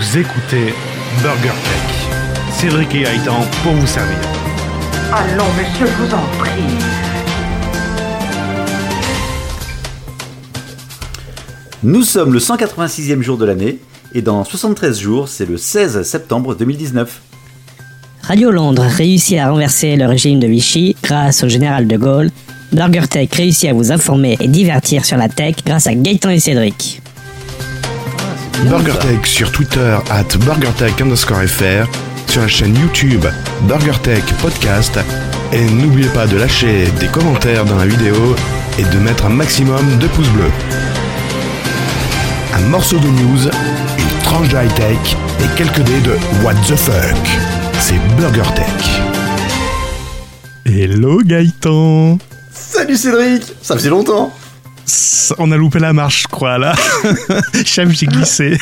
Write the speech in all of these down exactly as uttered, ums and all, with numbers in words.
Vous écoutez Burger Tech. Cédric et Gaëtan pour vous servir. Allons, monsieur, je vous en prie. Nous sommes le cent quatre-vingt-sixième jour de l'année, et dans soixante-treize jours, c'est le seize septembre deux mille dix-neuf. Radio Londres réussit à renverser le régime de Vichy grâce au général de Gaulle. Burger Tech réussit à vous informer et divertir sur la tech grâce à Gaëtan et Cédric. BurgerTech sur Twitter at BurgerTech underscore fr, sur la chaîne YouTube BurgerTech Podcast, et n'oubliez pas de lâcher des commentaires dans la vidéo et de mettre un maximum de pouces bleus. Un morceau de news, une tranche de high-tech et quelques dés de What the fuck. C'est BurgerTech. Hello Gaëtan. Salut Cédric, ça faisait longtemps. On a loupé la marche, je crois, là. Chef, j'ai glissé.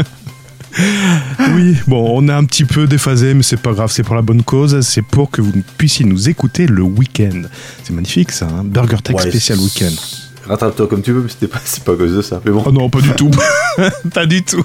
Oui, bon, on est un petit peu déphasé, mais c'est pas grave, c'est pour la bonne cause. C'est pour que vous puissiez nous écouter le week-end. C'est magnifique, ça, hein. Burger Tech ouais, spécial week-end. Rattrape-toi comme tu veux, mais c'était pas, c'est pas à cause de ça. Mais bon. Oh non, pas du tout. Pas du tout.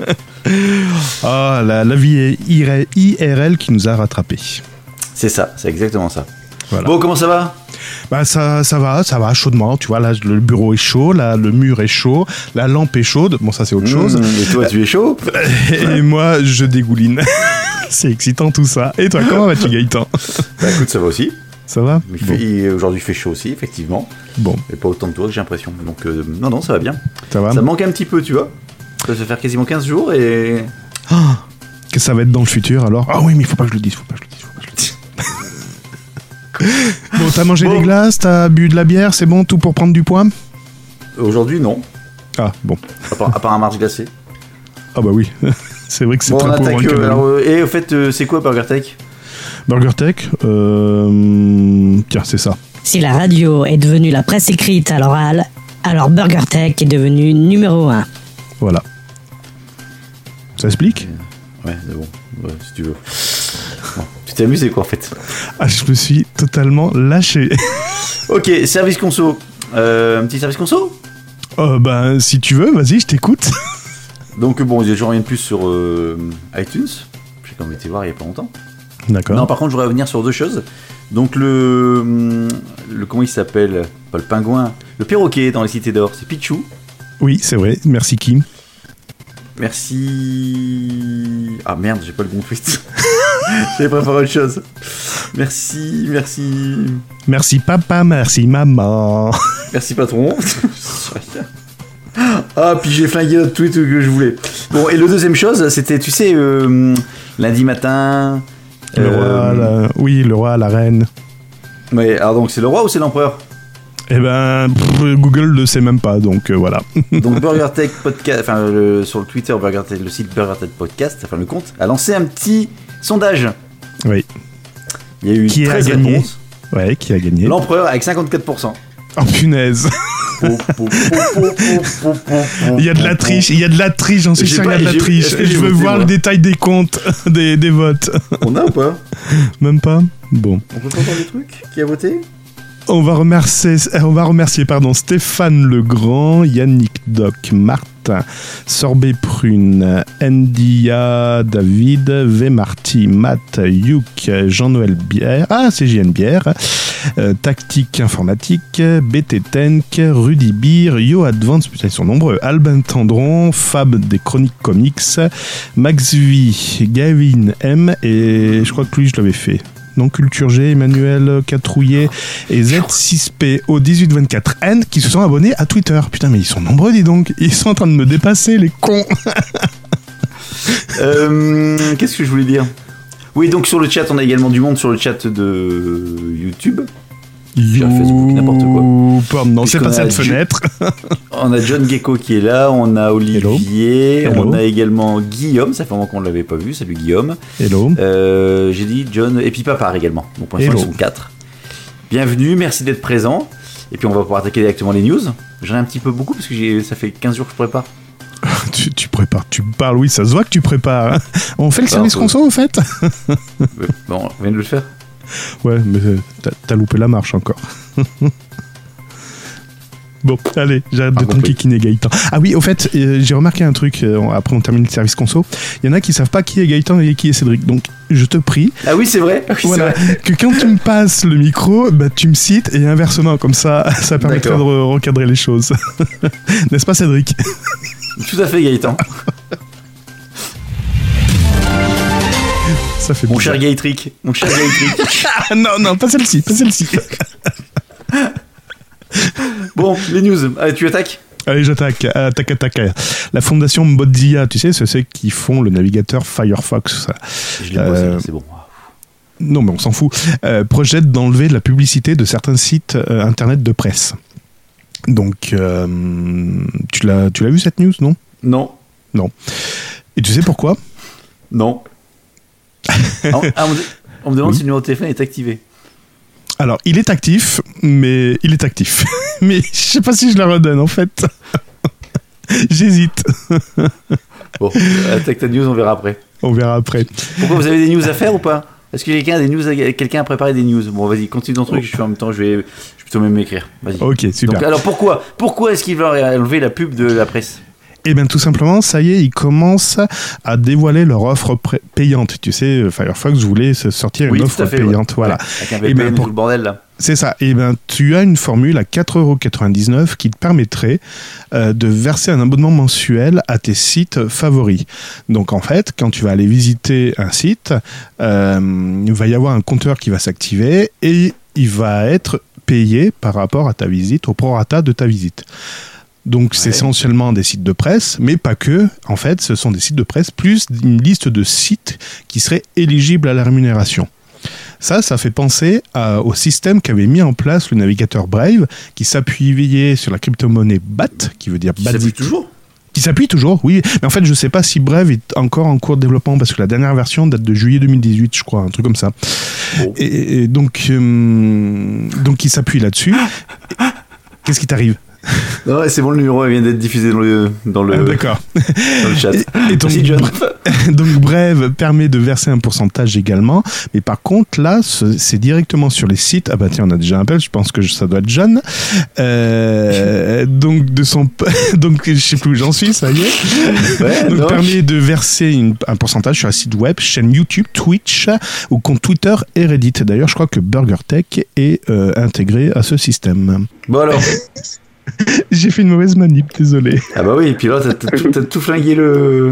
Ah, la, la vie est I R L qui nous a rattrapés. C'est ça, c'est exactement ça. Voilà. Bon, comment ça va ? Bah ça, ça va, ça va chaudement. Tu vois, là, le bureau est chaud, là, le mur est chaud, la lampe est chaude. Bon, ça, c'est autre mmh, chose. Et toi, tu es chaud ? Et moi, je dégouline. C'est excitant tout ça. Et toi, comment vas-tu, Gaëtan ? Bah écoute, ça va aussi. Ça va ? Il fait, il, Aujourd'hui, il fait chaud aussi, effectivement. Bon. Mais pas autant de toi que j'ai l'impression. Donc, euh, non, non, ça va bien. Ça va ? Ça manque un petit peu, tu vois. Ça va se faire quasiment quinze jours et... Oh, que ça va être dans le futur, alors ? Ah oui, mais il faut pas que je le dise, faut pas que je le dise, faut pas que je le dise. Bon, t'as mangé bon. des glaces, t'as bu de la bière, c'est bon, tout pour prendre du poids ? Aujourd'hui, non. Ah, bon. À part, à part un marche glacé. Ah bah oui, c'est vrai que c'est bon, très pauvre. Euh, alors, euh, et au fait, euh, c'est quoi Burger Tech ? Burger Tech euh... Tiens, c'est ça. Si la radio est devenue la presse écrite à l'oral, alors Burger Tech est devenu numéro un. Voilà. Ça explique ? Ouais, c'est bon, ouais, si tu veux. Bon, tu t'es amusé quoi en fait ? Ah, je me suis totalement lâché. Ok, service conso. Euh, un petit service conso ? euh, Ben, si tu veux, vas-y, je t'écoute. Donc bon, il y a toujours rien de plus sur euh, iTunes. J'ai quand même été voir il y a pas longtemps. D'accord. Non, par contre, je voudrais revenir sur deux choses. Donc le, le comment il s'appelle ? Pas le pingouin, le perroquet dans les cités d'or, c'est Pichou. Oui, c'est vrai. Merci Kim. Merci. Ah merde, j'ai pas le bon tweet. J'avais préparé autre chose. Merci, merci. Merci papa, merci maman. Merci patron. Ah, puis j'ai flingué notre tweet que je voulais. Bon, et le deuxième chose, c'était, tu sais, euh, lundi matin. Le euh, roi, la... oui, le roi, la reine. Ouais, alors donc c'est le roi ou c'est l'empereur ? Eh ben, pff, Google ne sait même pas, donc euh, voilà. Donc Burger Tech Podcast, enfin le, sur le Twitter, Burger Tech, le site Burger Tech Podcast, enfin le compte, a lancé un petit sondage. Oui. Il y a eu qui treize a gagné réponses. Ouais, qui a gagné ? L'empereur avec cinquante-quatre pour cent. Oh punaise. Il y a de la triche, il y a de la triche, j'en suis sûr qu'il y a de la triche. Je veux voir moi. le détail des comptes, des, des votes. On a ou pas ? Même pas ? Bon. On peut pas voir des trucs ? Qui a voté ? On va remercier, on va remercier pardon, Stéphane Legrand, Yannick Doc, Martin, Sorbet Prune, Ndia, David, V. Marty, Matt, Youk, Jean-Noël Bière, ah c'est J N Bière, euh, Tactique Informatique, B T Tank, Rudy Beer, Yo Advance, putain ils sont nombreux, Albin Tendron, Fab des Chroniques Comics, Max V, Gavin M, et je crois que lui je l'avais fait. Non Culture G, Emmanuel Catrouillet et Z six P O dix-huit vingt-quatre N qui se sont abonnés à Twitter. Putain, mais ils sont nombreux, dis donc. Ils sont en train de me dépasser, les cons. euh, Qu'est-ce que je voulais dire ? Oui, donc sur le chat, on a également du monde sur le chat de YouTube. You... Facebook, n'importe quoi. Pardon, non, c'est pas cette Jo- fenêtre. On a John Gecko qui est là, on a Olivier, Hello. Hello. on a également Guillaume, ça fait un moment qu'on ne l'avait pas vu, salut Guillaume. Hello. Euh, j'ai dit John, et puis Papar également, donc pour l'instant ils sont quatre. Bienvenue, merci d'être présent, et puis on va pouvoir attaquer directement les news. J'en ai un petit peu beaucoup parce que j'ai, ça fait quinze jours que je prépare. tu, tu prépares, tu parles, oui, ça se voit que tu prépares. Hein. On fait le service Alors, conso, au fait. Bon, on vient de le faire. Ouais, mais t'as, t'as loupé la marche encore. Bon, allez, j'arrête de t'enquiquiner Gaëtan. Ah oui, au fait, euh, j'ai remarqué un truc, euh, après on termine le service conso, il y en a qui savent pas qui est Gaëtan et qui est Cédric, donc je te prie. Ah oui, c'est vrai, oui, voilà, c'est vrai. que quand tu me passes le micro, bah, tu me cites et inversement, comme ça, ça permettrait D'accord. de re- recadrer les choses. N'est-ce pas Cédric? Tout à fait Gaëtan. Ça fait mon bizarre. cher Gaëtric, mon cher Gaëtric. non, non, pas celle-ci, pas celle-ci. Bon, les news, allez, tu attaques? Allez, j'attaque, attaque, attaque. La fondation Mozilla, tu sais, c'est ceux qui font le navigateur Firefox. Je l'ai bossé, euh, c'est bon. Non, mais on s'en fout. Euh, projette d'enlever la publicité de certains sites euh, internet de presse. Donc, euh, tu l'as, tu l'as vu cette news, non? Non. Non. Et tu sais pourquoi? Non. ah, on, ah, on, me, on me demande oui. si le numéro de téléphone est activé. Alors, il est actif, mais il est actif. mais je sais pas si je la redonne, en fait. J'hésite. Bon, attaque ta news, on verra après. On verra après. Pourquoi, vous avez des news à faire ou pas? Est-ce que quelqu'un a des news à, quelqu'un a préparé des news? Bon, vas-y, continue ton truc, oh. je fais en même temps, je vais, je vais plutôt même m'écrire. Vas-y. Ok, super. Donc, alors, pourquoi Pourquoi est-ce qu'il veut enlever la pub de la presse? Eh bien, tout simplement, ça y est, ils commencent à dévoiler leur offre pré- payante. Tu sais, Firefox voulait sortir oui, une offre fait, payante. Ouais. Voilà. Ouais, avec un V P N, tout le bordel, là. C'est ça. Eh bien, tu as une formule à quatre euros quatre-vingt-dix-neuf qui te permettrait euh, de verser un abonnement mensuel à tes sites favoris. Donc, en fait, quand tu vas aller visiter un site, euh, il va y avoir un compteur qui va s'activer et il va être payé par rapport à ta visite, au prorata de ta visite. Donc, ouais. c'est essentiellement des sites de presse, mais pas que. En fait, ce sont des sites de presse plus une liste de sites qui seraient éligibles à la rémunération. Ça, ça fait penser à, au système qu'avait mis en place le navigateur Brave, qui s'appuyait sur la crypto-monnaie B A T, qui veut dire qui Basic. s'appuie toujours Qui s'appuie toujours, oui. Mais en fait, je ne sais pas si Brave est encore en cours de développement, parce que la dernière version date de juillet deux mille dix-huit, je crois, un truc comme ça. Oh. Et, et donc, euh, donc, il s'appuie là-dessus. Qu'est-ce qui t'arrive ? Non, c'est bon, le numéro vient d'être diffusé dans le, dans le, ah, d'accord. dans le chat. Et, et donc, Merci, John. donc, Brave permet de verser un pourcentage également. Mais par contre, là, c'est directement sur les sites. Ah bah tiens, on a déjà un appel, je pense que ça doit être John. Euh, donc, de son, donc, je sais plus où j'en suis, ça y est. Ouais, donc, donc, permet de verser une, un pourcentage sur un site web, chaîne YouTube, Twitch, ou compte Twitter et Reddit. D'ailleurs, je crois que BurgerTech est euh, intégré à ce système. Bon alors. J'ai fait une mauvaise manip, désolé. Ah bah oui, et puis là, t'as, t'as, tout, t'as tout flingué le...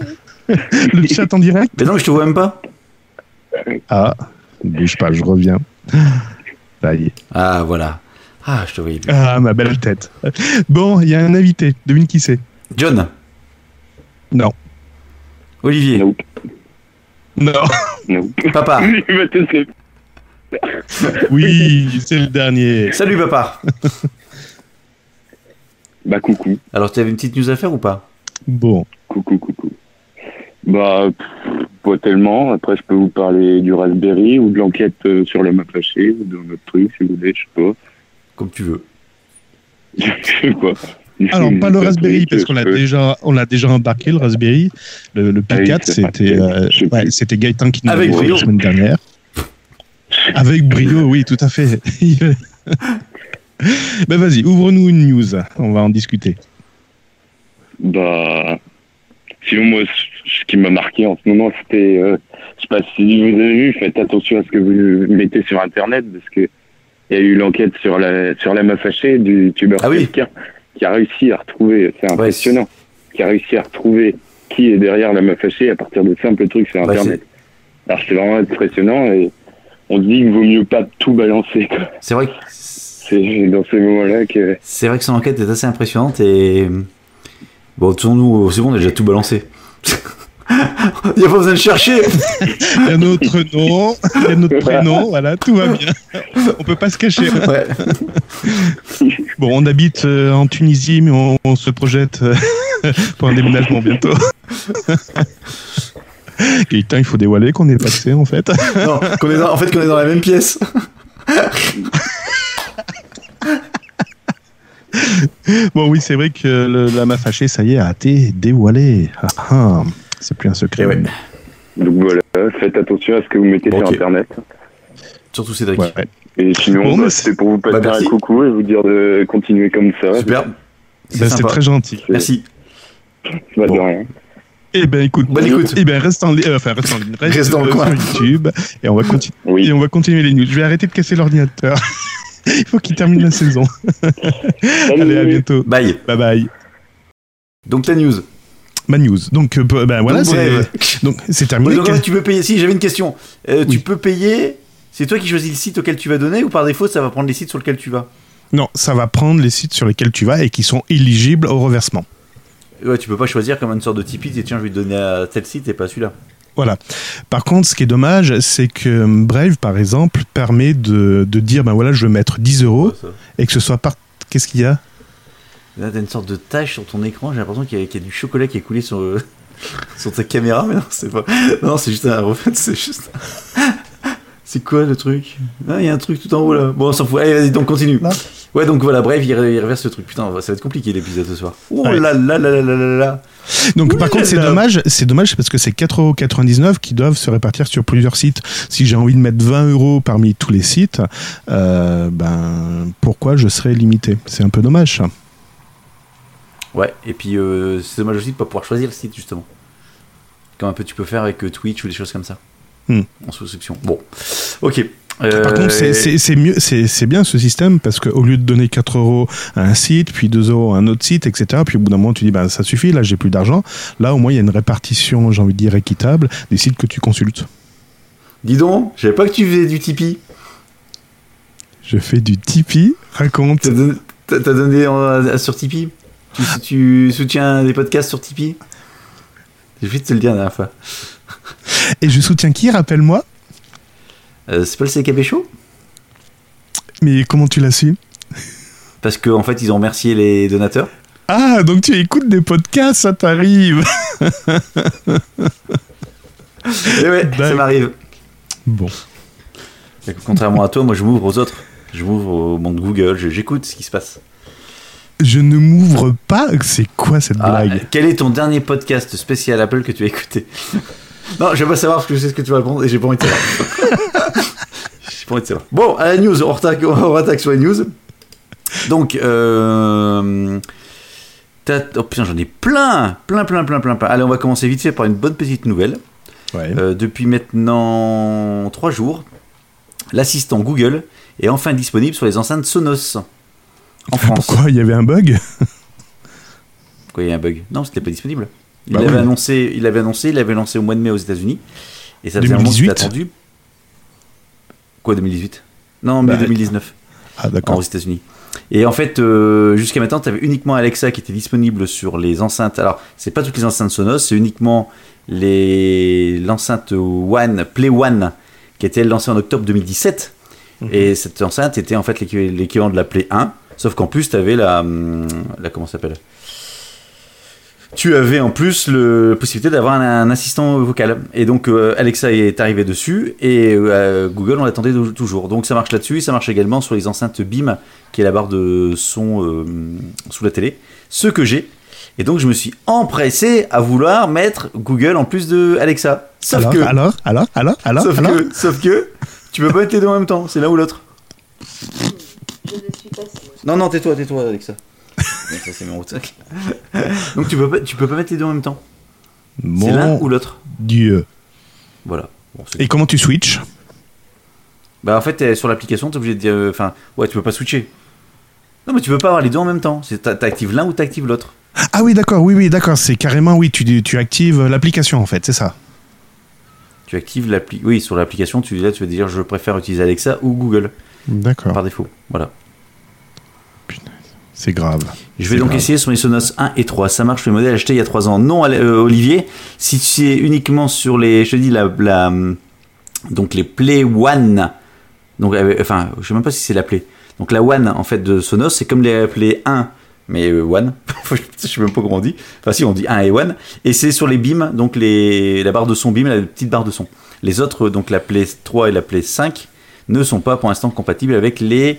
le chat en direct. Mais non, je te vois même pas. Ah, bouge pas, je reviens. Ça y est. Ah, voilà. Ah, je te voyais plus. Ah, ma belle tête. Bon, il y a un invité. Devine qui c'est. John. Non. Olivier. Nope. Non. Nope. Papa. Oui, c'est le dernier. Salut, papa. Bah coucou. Alors tu avais une petite news à faire ou pas? Bon. Coucou, coucou. Bah pff, pas tellement. Après je peux vous parler du Raspberry ou de l'enquête sur la m'a fâché ou d'un autre truc si vous voulez, je sais pas. Comme tu veux. Je sais pas. Alors pas le Raspberry parce qu'on l'a déjà, on l'a déjà embarqué le Raspberry. Le, le Pi quatre, ah oui, c'était, euh, ouais, c'était Gaëtan qui nous l'a fait la semaine dernière. Avec brio, oui, tout à fait. Ben vas-y, ouvre-nous une news, on va en discuter. Bah, sinon moi, ce qui m'a marqué en ce moment, c'était, euh, je sais pas si vous avez vu, faites attention à ce que vous mettez sur Internet, parce que il y a eu l'enquête sur la sur la m'a fâché du youtubeur ah oui. qui a réussi à retrouver, c'est impressionnant, ouais, c'est... qui a réussi à retrouver qui est derrière la m'a fâché à partir de simples trucs sur Internet. Ouais, c'est... Alors c'est vraiment impressionnant et on se dit qu'il vaut mieux pas tout balancer, quoi. C'est vrai que c'est dans ces moments-là que... C'est vrai que son enquête est assez impressionnante et... Bon, de toute façon, nous, c'est bon, on a déjà tout balancé. Il n'y a pas besoin de chercher. Il y a notre nom, il y a notre prénom, voilà, tout va bien. On peut pas se cacher. Ouais. Bon, on habite euh, en Tunisie, mais on, on se projette euh, pour un déménagement bientôt. Gaëtan, il faut dévoiler qu'on est passé, en fait. Non, qu'on est dans, en fait, qu'on est dans la même pièce. Bon, oui, c'est vrai que le, la m'a fâché, ça y est, a été dévoilé. Ah, ah, c'est plus un secret. Ouais. Donc voilà, faites attention à ce que vous mettez bon, sur okay. Internet. Surtout Cédric. Ouais, ouais. Et sinon, Bon, bah, mais c'était pour vous passer bah, un coucou et vous dire de continuer comme ça. Super. C'est Bah, c'est sympa. très gentil. Merci. Bah, Bon. de rien. Eh ben écoute, Bonne écoute. Eh ben reste en ligne, enfin reste en ligne, reste, Reste dans le euh, coin. sur YouTube et on va continuer. Oui. Et on va continuer les news. Je vais arrêter de casser l'ordinateur. Il faut qu'il termine la saison. Salut. Allez, à bientôt. Bye. Bye bye. Donc ta news. Ma news. Donc, euh, ben voilà, Donc, c'est bref. donc c'est Ouais, terminé. donc, tu peux payer. Si j'avais une question, Euh, Oui. tu peux payer. C'est toi qui choisis le site auquel tu vas donner ou par défaut ça va prendre les sites sur lesquels tu vas. Non, ça va prendre les sites sur lesquels tu vas et qui sont éligibles au reversement. Ouais, tu peux pas choisir comme une sorte de Tipeee. Et tiens, je vais te donner à tel site et pas celui-là. Voilà. Par contre, ce qui est dommage, c'est que Brave, par exemple, permet de, de dire, ben voilà, je veux mettre dix euros Ouais, ça. et que ce soit par... Qu'est-ce qu'il y a? Là, t'as une sorte de tache sur ton écran. J'ai l'impression qu'il y, a, qu'il y a du chocolat qui est coulé sur, euh, sur ta caméra, mais non, c'est pas. Non, c'est juste un reflet. C'est juste. C'est quoi le truc? Ah, il y a un truc tout en haut là. Bon, on s'en fout. Allez, vas-y, donc continue. Là. Ouais, donc voilà, bref, il, ré- il reverse le truc. Putain, ça va être compliqué l'épisode ce soir. Oh Ouais. là là là là là là là. Donc, Ouh par là contre, c'est là. dommage, c'est dommage parce que c'est quatre euros quatre-vingt-dix-neuf qui doivent se répartir sur plusieurs sites. Si j'ai envie de mettre vingt euros parmi tous les sites, euh, ben, pourquoi je serais limité? C'est un peu dommage, ça. Ouais, et puis euh, c'est dommage aussi de pas pouvoir choisir le site justement. Comme un peu tu peux faire avec euh, Twitch ou des choses comme ça. Hmm. En souscription. Bon, ok. Euh, Par contre, c'est- c'est c'est mieux, c'est c'est bien ce système parce qu'au lieu de donner quatre euros à un site, puis deux euros à un autre site, et cetera, puis au bout d'un moment, tu dis, ben, ça suffit, là, j'ai plus d'argent. Là, au moins, il y a une répartition, j'ai envie de dire, équitable des sites que tu consultes. Dis donc, je savais pas que tu faisais du Tipeee. Je fais du Tipeee, raconte. T'as donné, t'as- t'as donné en- sur Tipeee tu, tu soutiens des podcasts sur Tipeee? J'ai oublié de te le dire la dernière fois. Et je soutiens qui, rappelle-moi? Euh, c'est pas le C K B Show? Mais comment tu l'as su? Parce qu'en en fait, ils ont remercié les donateurs. Ah, donc tu écoutes des podcasts, ça t'arrive. Et ouais, ça D'accord. m'arrive. Bon. Contrairement à toi, moi je m'ouvre aux autres. Je m'ouvre au monde Google, je- j'écoute ce qui se passe. Je ne m'ouvre pas. C'est quoi cette Ah, blague? quel est ton dernier podcast spécial Apple que tu as écouté? Non, je vais pas savoir parce que je sais ce que tu vas répondre et j'ai pas envie de savoir. J'ai pas envie de savoir. Bon, à la news, on attaque, on attaque sur les news. Donc, euh... t'as- oh putain, j'en ai plein, plein, plein, plein, plein, plein. Allez, on va commencer vite fait par une bonne petite nouvelle. Ouais. Euh, depuis maintenant trois jours, l'assistant Google est enfin disponible sur les enceintes Sonos en France. Pourquoi? Il y avait un bug? Quoi, il y a un bug? Non, c'était pas disponible. Il Bah l'avait oui. annoncé, il l'avait annoncé, il l'avait lancé au mois de mai aux États-Unis. Et ça faisait un moment que deux mille c'était dix-huit? attendu. Quoi, deux mille dix-huit? Non, mai Bah, deux mille dix-neuf, Ah, aux d'accord. États-Unis. Et en fait, euh, jusqu'à maintenant, tu avais uniquement Alexa qui était disponible sur les enceintes. Alors, c'est pas toutes les enceintes Sonos, c'est uniquement les l'enceinte One, Play One, qui était lancée en octobre deux mille dix-sept. Mhm. Et cette enceinte était en fait l'équi- l'équivalent de la Play un, sauf qu'en plus, tu avais la, hum, la. Comment ça s'appelle? Tu avais en plus le, la possibilité d'avoir un, un assistant vocal. Et donc euh, Alexa est arrivé dessus et euh, Google on l'attendait de- toujours. Donc ça marche là-dessus, ça marche également sur les enceintes Beam, qui est la barre de son euh, sous la télé. Ce que j'ai. Et donc je me suis empressé à vouloir mettre Google en plus de Alexa. Sauf alors, que, alors, alors, alors, alors, sauf alors que, sauf que, tu peux pas mettre les deux en même temps. C'est l'un ou l'autre. Je ne suis pas sûre. Non non, tais-toi, tais-toi Alexa. Non, ça c'est mon truc. Donc tu peux pas, tu peux pas mettre les deux en même temps. C'est l'un Mon ou l'autre. Dieu. Voilà. Bon, c'est- Et comment tu switches? Bah en fait t'es sur l'application t'es obligé de dire euh, enfin ouais tu peux pas switcher. Non mais tu peux pas avoir les deux en même temps. C'est t'a- t'actives l'un ou t'actives l'autre. Ah oui, d'accord, oui, oui, d'accord. C'est carrément, oui, tu, tu actives l'application, en fait, c'est ça. Tu actives l'appli. Oui sur l'application tu là tu vas dire je préfère utiliser Alexa ou Google D'accord. par défaut. Voilà. C'est grave. Je vais C'est donc grave. essayer sur les Sonos un et trois. Ça marche sur les modèles achetés il y a trois ans. Non euh, Olivier, si tu es uniquement sur les je te dis la, la donc les Play One. Donc euh, enfin je sais même pas si c'est la Play. Donc la One en fait de Sonos c'est comme les Play un mais euh, One, je sais même pas comment on dit. Enfin si on dit un et One et c'est sur les Beam donc les la barre de son Beam, la petite barre de son. Les autres donc la Play trois et la Play cinq ne sont pas pour l'instant compatibles avec les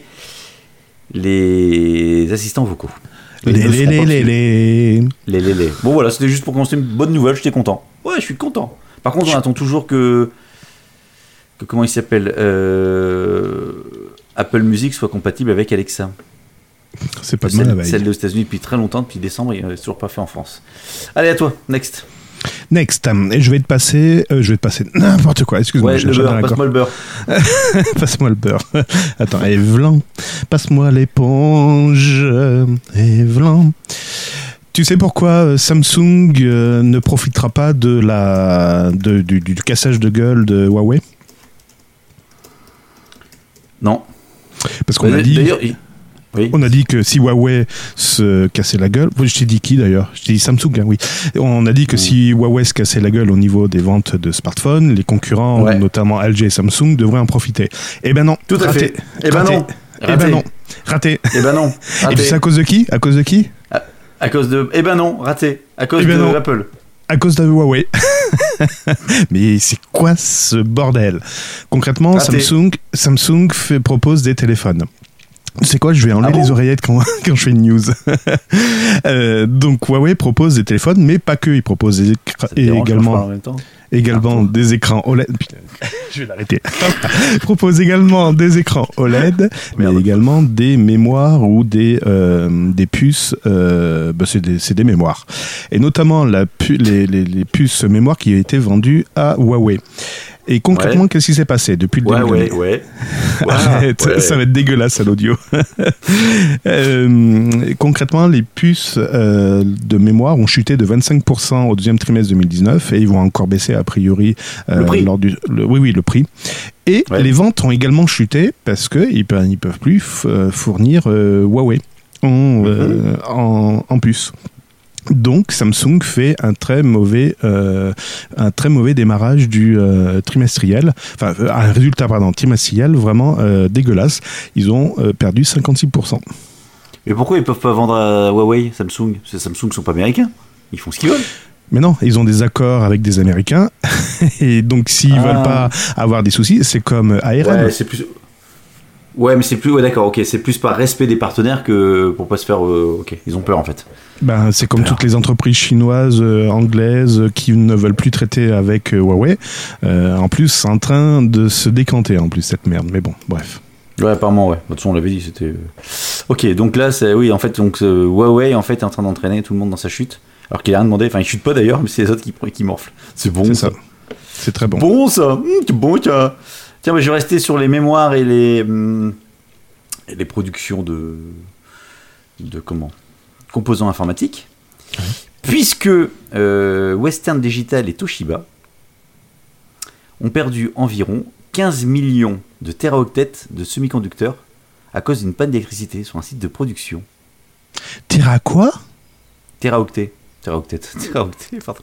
les assistants vocaux. Les, ne les, seront les, pas les, dessus. les. Les, les, les. Bon voilà, c'était juste pour commencer une bonne nouvelle, j'étais content. Ouais, je suis content. Par contre, on attend toujours que... que comment il s'appelle euh... Apple Music soit compatible avec Alexa. C'est pas de celle, mal à veille. Celle des États-Unis depuis très longtemps, depuis décembre, et c'est toujours pas fait en France. Allez, à toi, next. Next, et je vais te passer, euh, je vais te passer n'importe quoi. Excuse-moi, ouais, je le cherche beurre, passe-moi le beurre. Passe-moi le beurre. Attends, Evlan, passe-moi l'éponge, Evlan. Tu sais pourquoi Samsung euh, ne profitera pas de la, de, du, du cassage de gueule de Huawei ? Non. Parce qu'on bah, a dit. D'ailleurs, il... oui. On a dit que si Huawei se cassait la gueule, je t'ai dit qui d'ailleurs ? Je t'ai dit Samsung, hein, oui. On a dit que mmh. si Huawei se cassait la gueule au niveau des ventes de smartphones, les concurrents, ouais. notamment L G et Samsung, devraient en profiter. Eh ben non. Tout à raté. fait. Eh ben raté. non. Eh ben non. Raté. Eh ben non. Raté. Et puis c'est à cause de qui ? À cause de qui ? à, à cause de. Eh ben non, raté. À cause eh ben de non. Apple. À cause de Huawei. Mais c'est quoi ce bordel ? Concrètement, raté. Samsung, Samsung fait, propose des téléphones. C'est quoi, je vais enlever ah bon les oreillettes quand, quand je fais une news. euh, donc Huawei propose des téléphones, mais pas que, il propose des écrans et également, également ah, des écrans O L E D. Putain, je vais l'arrêter. propose également des écrans O L E D, mais Merde. également des mémoires ou des, euh, des puces. Euh, bah c'est, des, c'est des mémoires. Et notamment la pu- les, les, les puces mémoires qui ont été vendues à Huawei. Et concrètement, ouais. qu'est-ce qui s'est passé depuis le ouais, début ouais, ouais. Arrête, ouais. Ça va être dégueulasse à l'audio. euh, concrètement, les puces euh, de mémoire ont chuté de vingt-cinq pour cent au deuxième trimestre deux mille dix-neuf et ils vont encore baisser a priori euh, le prix. lors du. Le, oui, oui, le prix. Et ouais. les ventes ont également chuté parce qu'ils ne peuvent, peuvent plus f- fournir euh, Huawei en, mm-hmm. euh, en, en puces. Donc Samsung fait un très mauvais, euh, un très mauvais démarrage du euh, trimestriel, enfin un résultat pardon trimestriel vraiment euh, dégueulasse. Ils ont euh, perdu cinquante-six pour cent. Mais pourquoi ils peuvent pas vendre à Huawei, Samsung ? Parce que Samsung sont pas américains, ils font ce qu'ils veulent. Mais non, ils ont des accords avec des Américains et donc s'ils ah. veulent pas avoir des soucis, c'est comme A R M. Ouais, c'est plus. Ouais, mais c'est plus. Ouais, d'accord, ok. C'est plus par respect des partenaires que pour pas se faire. Euh, ok, ils ont peur en fait. Ben, c'est comme toutes les entreprises chinoises, euh, anglaises euh, qui ne veulent plus traiter avec euh, Huawei. Euh, en plus, c'est en train de se décanter en plus cette merde. Mais bon, bref. Ouais, apparemment, ouais. De toute façon, on l'avait dit, c'était. Ok, donc là, c'est oui, en fait, donc euh, Huawei en fait est en train d'entraîner tout le monde dans sa chute, alors qu'il a rien demandé. Enfin, il chute pas d'ailleurs, mais c'est les autres qui qui morflent. C'est bon. C'est ça. ça. C'est très bon. Bon ça. Mmh, c'est bon ça. Tiens, bah, je vais rester sur les mémoires et les, hum, et les productions de, de comment composants informatiques, ouais. puisque euh, Western Digital et Toshiba ont perdu environ quinze millions de téraoctets de semi-conducteurs à cause d'une panne d'électricité sur un site de production. Téra quoi ? Téraoctets. Téraoctets. Téraoctets, pardon.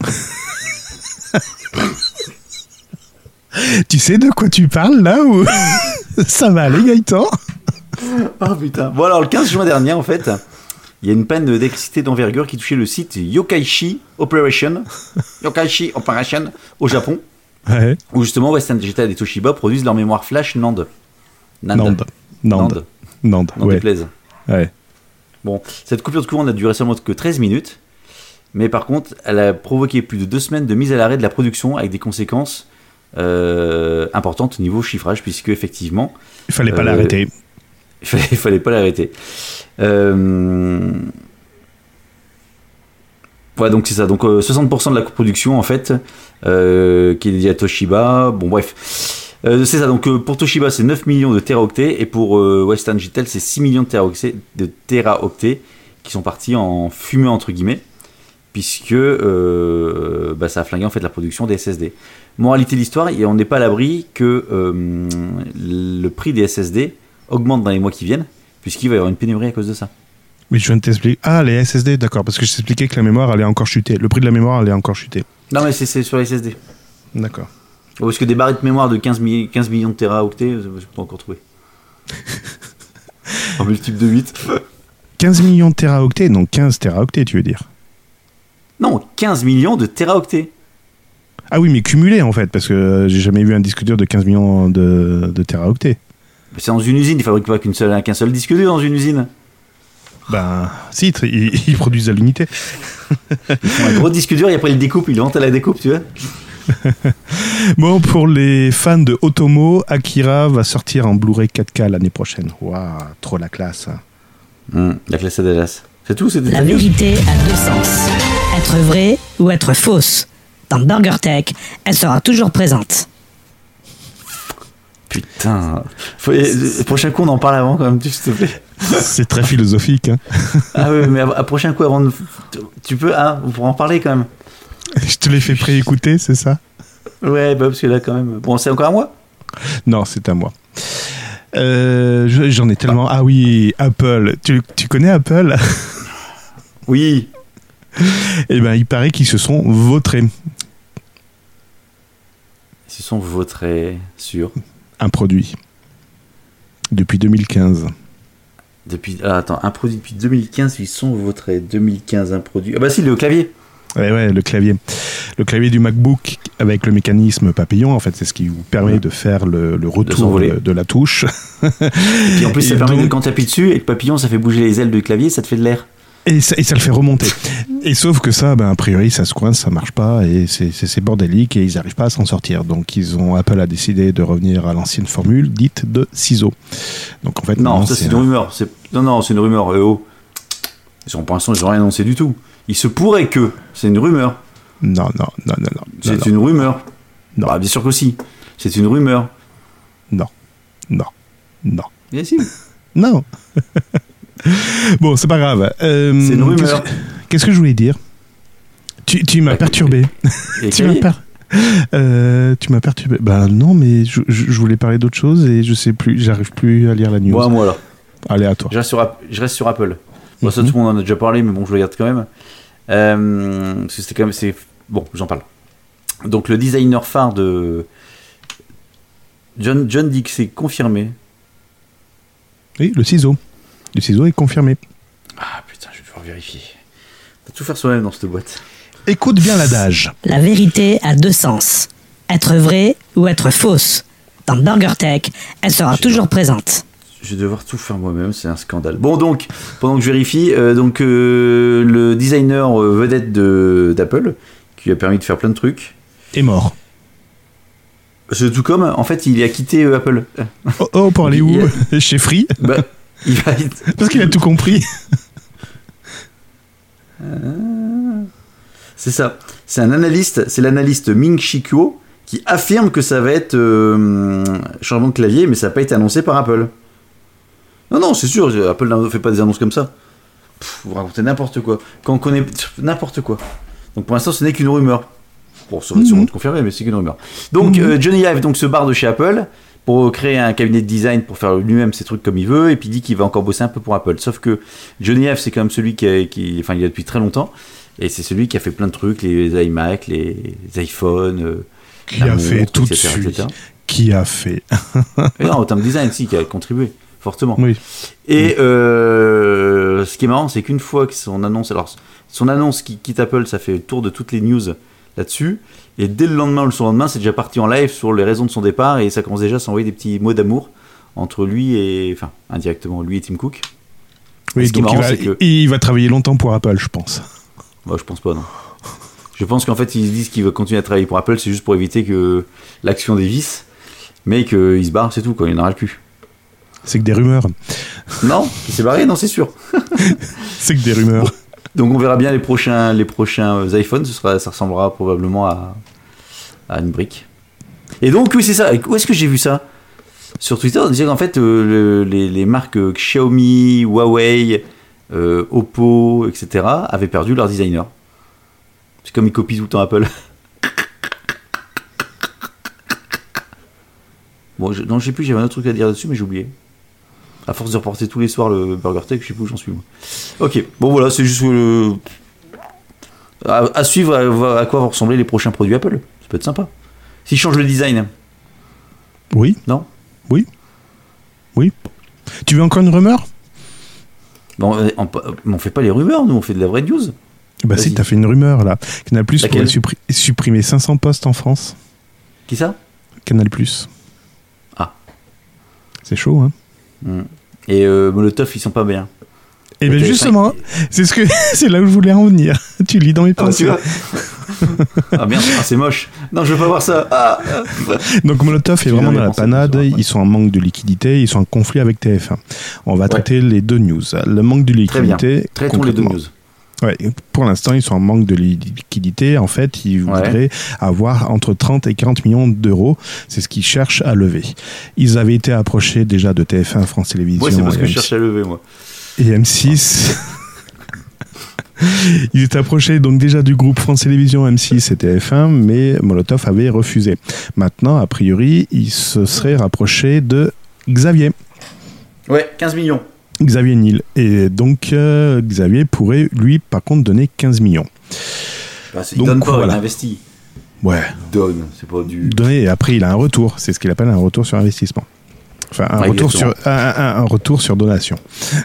Tu sais de quoi tu parles là ou ça va aller Gaëtan ? Oh putain. Bon alors le quinze juin dernier en fait, il y a une panne d'électricité d'envergure qui touchait le site Yokkaichi Operation, Yokkaichi Operation au Japon, ouais. où justement Western Digital et Toshiba produisent leur mémoire flash NAND. NAND. NAND. NAND. NAND. NAND Ouais. Déplaise. Ouais. Bon, cette coupure de courant n'a duré seulement que treize minutes, mais par contre, elle a provoqué plus de deux semaines de mise à l'arrêt de la production avec des conséquences euh, importantes au niveau chiffrage, puisque effectivement, il fallait pas euh, l'arrêter. Il fallait, il fallait pas l'arrêter. Euh... Ouais, donc c'est ça. Donc euh, soixante pour cent de la production en fait, euh, qui est dédiée à Toshiba. Bon, bref, euh, c'est ça. Donc euh, pour Toshiba, c'est neuf millions de téraoctets et pour euh, Western Digital, c'est six millions de téraoctets, de téraoctets qui sont partis en fumée entre guillemets, puisque euh, bah, ça a flingué en fait la production des S S D. Moralité de l'histoire, et on n'est pas à l'abri que euh, le prix des S S D augmente dans les mois qui viennent, puisqu'il va y avoir une pénurie à cause de ça. Mais je viens de t'expliquer. Ah, les S S D, d'accord, parce que je t'expliquais que la mémoire allait encore chuter. Le prix de la mémoire allait encore chuter. Non, mais c'est, c'est sur les S S D. D'accord. Parce que des barrettes de mémoire de quinze millions de téraoctets, je ne peux pas encore trouver. En multiple de huit. quinze millions de téraoctets, donc quinze téraoctets, tu veux dire ? Non, quinze millions de téraoctets. Ah oui, mais cumulés en fait, parce que j'ai jamais vu un disque dur de quinze millions de, de téraoctets. C'est dans une usine, ils fabriquent pas qu'une seule, qu'un seul disque dur dans une usine. Ben, si, ils, ils produisent à l'unité. Ils font un gros disque dur et après ils le découpent, ils le vendent à la découpe, tu vois. Bon, pour les fans de Otomo, Akira va sortir en Blu-ray quatre K l'année prochaine. Waouh, trop la classe. Mmh, la classe à Dallas. C'est tout, c'est La vérité a deux sens. Être vraie ou être fausse. Dans BurgerTech, elle sera toujours présente. Putain. Faut... Le prochain coup, on en parle avant quand même, s'il te plaît. C'est très philosophique. Hein. Ah oui, mais à prochain coup, avant de... Tu peux, hein, on pourra en parler quand même. Je te l'ai fait préécouter, c'est ça? Ouais, bah parce que là quand même... Bon, c'est encore à moi? Non, c'est à moi. Euh, j'en ai tellement... Ah oui, Apple. Tu, tu connais Apple? Oui. Eh ben, il paraît qu'ils se sont vautrés. Ils se sont vautrés sur... Un produit. Depuis deux mille quinze. Depuis... Ah, attends, un produit depuis deux mille quinze, ils sont vautrés. deux mille quinze, un produit... Ah bah si, le clavier. Ouais, ouais, le clavier. Le clavier du MacBook avec le mécanisme papillon, en fait, c'est ce qui vous permet de faire le, le retour de, de la touche. Et puis en plus, ça et permet donc... de, quand tu appuies dessus, et le papillon, ça fait bouger les ailes du clavier, ça te fait de l'air. Et ça, et ça le fait remonter. Et sauf que ça, ben, a priori, ça se coince, ça marche pas, et c'est, c'est, c'est bordélique, et ils n'arrivent pas à s'en sortir. Donc, ils ont, Apple a décidé de revenir à l'ancienne formule, dite de ciseaux. Donc, en fait, non, ça, c'est, c'est une un... rumeur. C'est... Non, non, c'est une rumeur. Euh, oh. Ils ont, pour l'instant, ils n'ont rien annoncé du tout. Il se pourrait que. C'est une rumeur. Non, non, non, non, non. C'est non, une rumeur. Non. Bah, bien sûr que si. C'est une rumeur. Non, non, non. Bien sûr. Non. Bon, c'est pas grave. Euh, c'est une rumeur. Qu'est-ce, qu'est-ce que je voulais dire? Tu, tu m'as bah, perturbé. tu, m'as per... euh, tu m'as perturbé. Ben non, mais je, je, je voulais parler d'autre chose et je sais plus. J'arrive plus à lire la news. Moi, moi là. Allez, à toi. Je reste sur, je reste sur Apple. Bon, ça, mm-hmm. Tout le monde en a déjà parlé, mais bon, je le garde quand même. Euh, parce que c'était quand même. C'est... Bon, j'en parle. Donc, le designer phare de. John, John dit que c'est confirmé. Oui, le ciseau. Le ciseau est confirmé. Ah putain, je vais devoir vérifier. On va tout faire soi-même dans cette boîte. Écoute bien l'adage. La vérité a deux sens. Être vraie ou être fausse. Dans BurgerTech, elle sera je toujours vais... présente. Je vais devoir tout faire moi-même, c'est un scandale. Bon donc, pendant que je vérifie, euh, donc euh, le designer euh, vedette de, d'Apple, qui lui a permis de faire plein de trucs, est mort. C'est tout comme, en fait, il a quitté euh, Apple. Oh, oh pour aller où a... Chez Free bah, il va... Parce qu'il a tout compris. euh... C'est ça. C'est un analyste, c'est l'analyste Ming-Chi Kuo qui affirme que ça va être euh, changement de clavier, mais ça n'a pas été annoncé par Apple. Non, non, c'est sûr, Apple ne fait pas des annonces comme ça. Pff, vous racontez n'importe quoi. Quand on connaît n'importe quoi. Donc pour l'instant, ce n'est qu'une rumeur. Bon, ça va mmh. sûrement te confirmer, mais c'est qu'une rumeur. Donc mmh. euh, Johnny Ive donc, se barre de chez Apple pour créer un cabinet de design pour faire lui-même ses trucs comme il veut, et puis il dit qu'il va encore bosser un peu pour Apple. Sauf que Johnny Ive, c'est quand même celui qui, a, qui enfin, il y a depuis très longtemps, et c'est celui qui a fait plein de trucs, les iMac, les iPhones, euh, qui a montre, fait tout de suite. Qui a fait et non, en termes de design, si, qui a contribué fortement. Oui. Et oui. Euh, ce qui est marrant, c'est qu'une fois que son annonce, alors son annonce qui quitte Apple, ça fait le tour de toutes les news là-dessus, et dès le lendemain ou le surlendemain, c'est déjà parti en live sur les raisons de son départ, et ça commence déjà à s'envoyer des petits mots d'amour entre lui et, enfin, indirectement, lui et Tim Cook. Oui, donc marrant, il, va, que... il va travailler longtemps pour Apple, je pense. Bah, je pense pas, non. Je pense qu'en fait, ils disent qu'il va continuer à travailler pour Apple, c'est juste pour éviter que l'action dévisse, mais qu'il se barre, c'est tout, quoi, il n'en aura plus. C'est que des rumeurs. Non, il s'est barré, non, c'est sûr. C'est que des rumeurs. Donc on verra bien les prochains, les prochains iPhones, ce sera, ça ressemblera probablement à, à une brique. Et donc oui, c'est ça. Où est-ce que j'ai vu ça? Sur Twitter, on disait qu'en fait euh, le, les, les marques euh, Xiaomi, Huawei, euh, Oppo, et cetera avaient perdu leur designer. C'est comme ils copient tout le temps Apple. Bon, je, non, je sais plus, j'avais un autre truc à dire là-dessus, mais j'ai oublié. À force de reporter tous les soirs le BurgerTech, je sais plus où j'en suis. Moi. Ok, bon voilà, c'est juste euh, à, à suivre à, à quoi vont ressembler les prochains produits Apple. Ça peut être sympa. S'ils changent le design. Oui. Non. Oui. Oui. Tu veux encore une rumeur? Bon, on, on, on fait pas les rumeurs, nous, on fait de la vraie news. Bah Vas-y. Si, t'as fait une rumeur là. Canal Plus pourrait suppri- supprimer cinq cents postes en France. Qui ça? Canal Plus. Ah. C'est chaud, hein. Et euh, Molotov, ils sont pas bien. Et bien justement, c'est ce que c'est là où je voulais en venir. Tu lis dans mes pensées. Ah, Ah merde, ah, c'est moche. Non, je veux pas voir ça. Ah. Donc Molotov est vraiment dans la panade, ils sont en manque de liquidité, ils sont en conflit avec T F un. On va ouais. traiter les deux news. Le manque de liquidité. Traitons les deux news. Ouais, pour l'instant, ils sont en manque de liquidité. En fait, ils voudraient ouais. avoir entre trente et quarante millions d'euros. C'est ce qu'ils cherchent à lever. Ils avaient été approchés déjà de T F un, France Télévisions. Ouais, c'est parce que je cherche à lever, moi. Et M six. Ils étaient approchés donc déjà du groupe France Télévisions, M six et T F un, mais Molotov avait refusé. Maintenant, a priori, ils se seraient rapprochés de Xavier. Ouais, quinze millions. Xavier Niel. Et donc, euh, Xavier pourrait, lui, par contre, donner quinze millions. Bah, il donc, donne pas, voilà. Il investit. Ouais. Il donne, c'est pas du... Donner, et après, il a un retour. C'est ce qu'il appelle un retour sur investissement. Enfin, un, ouais, retour, sur, un, un, un retour sur donation.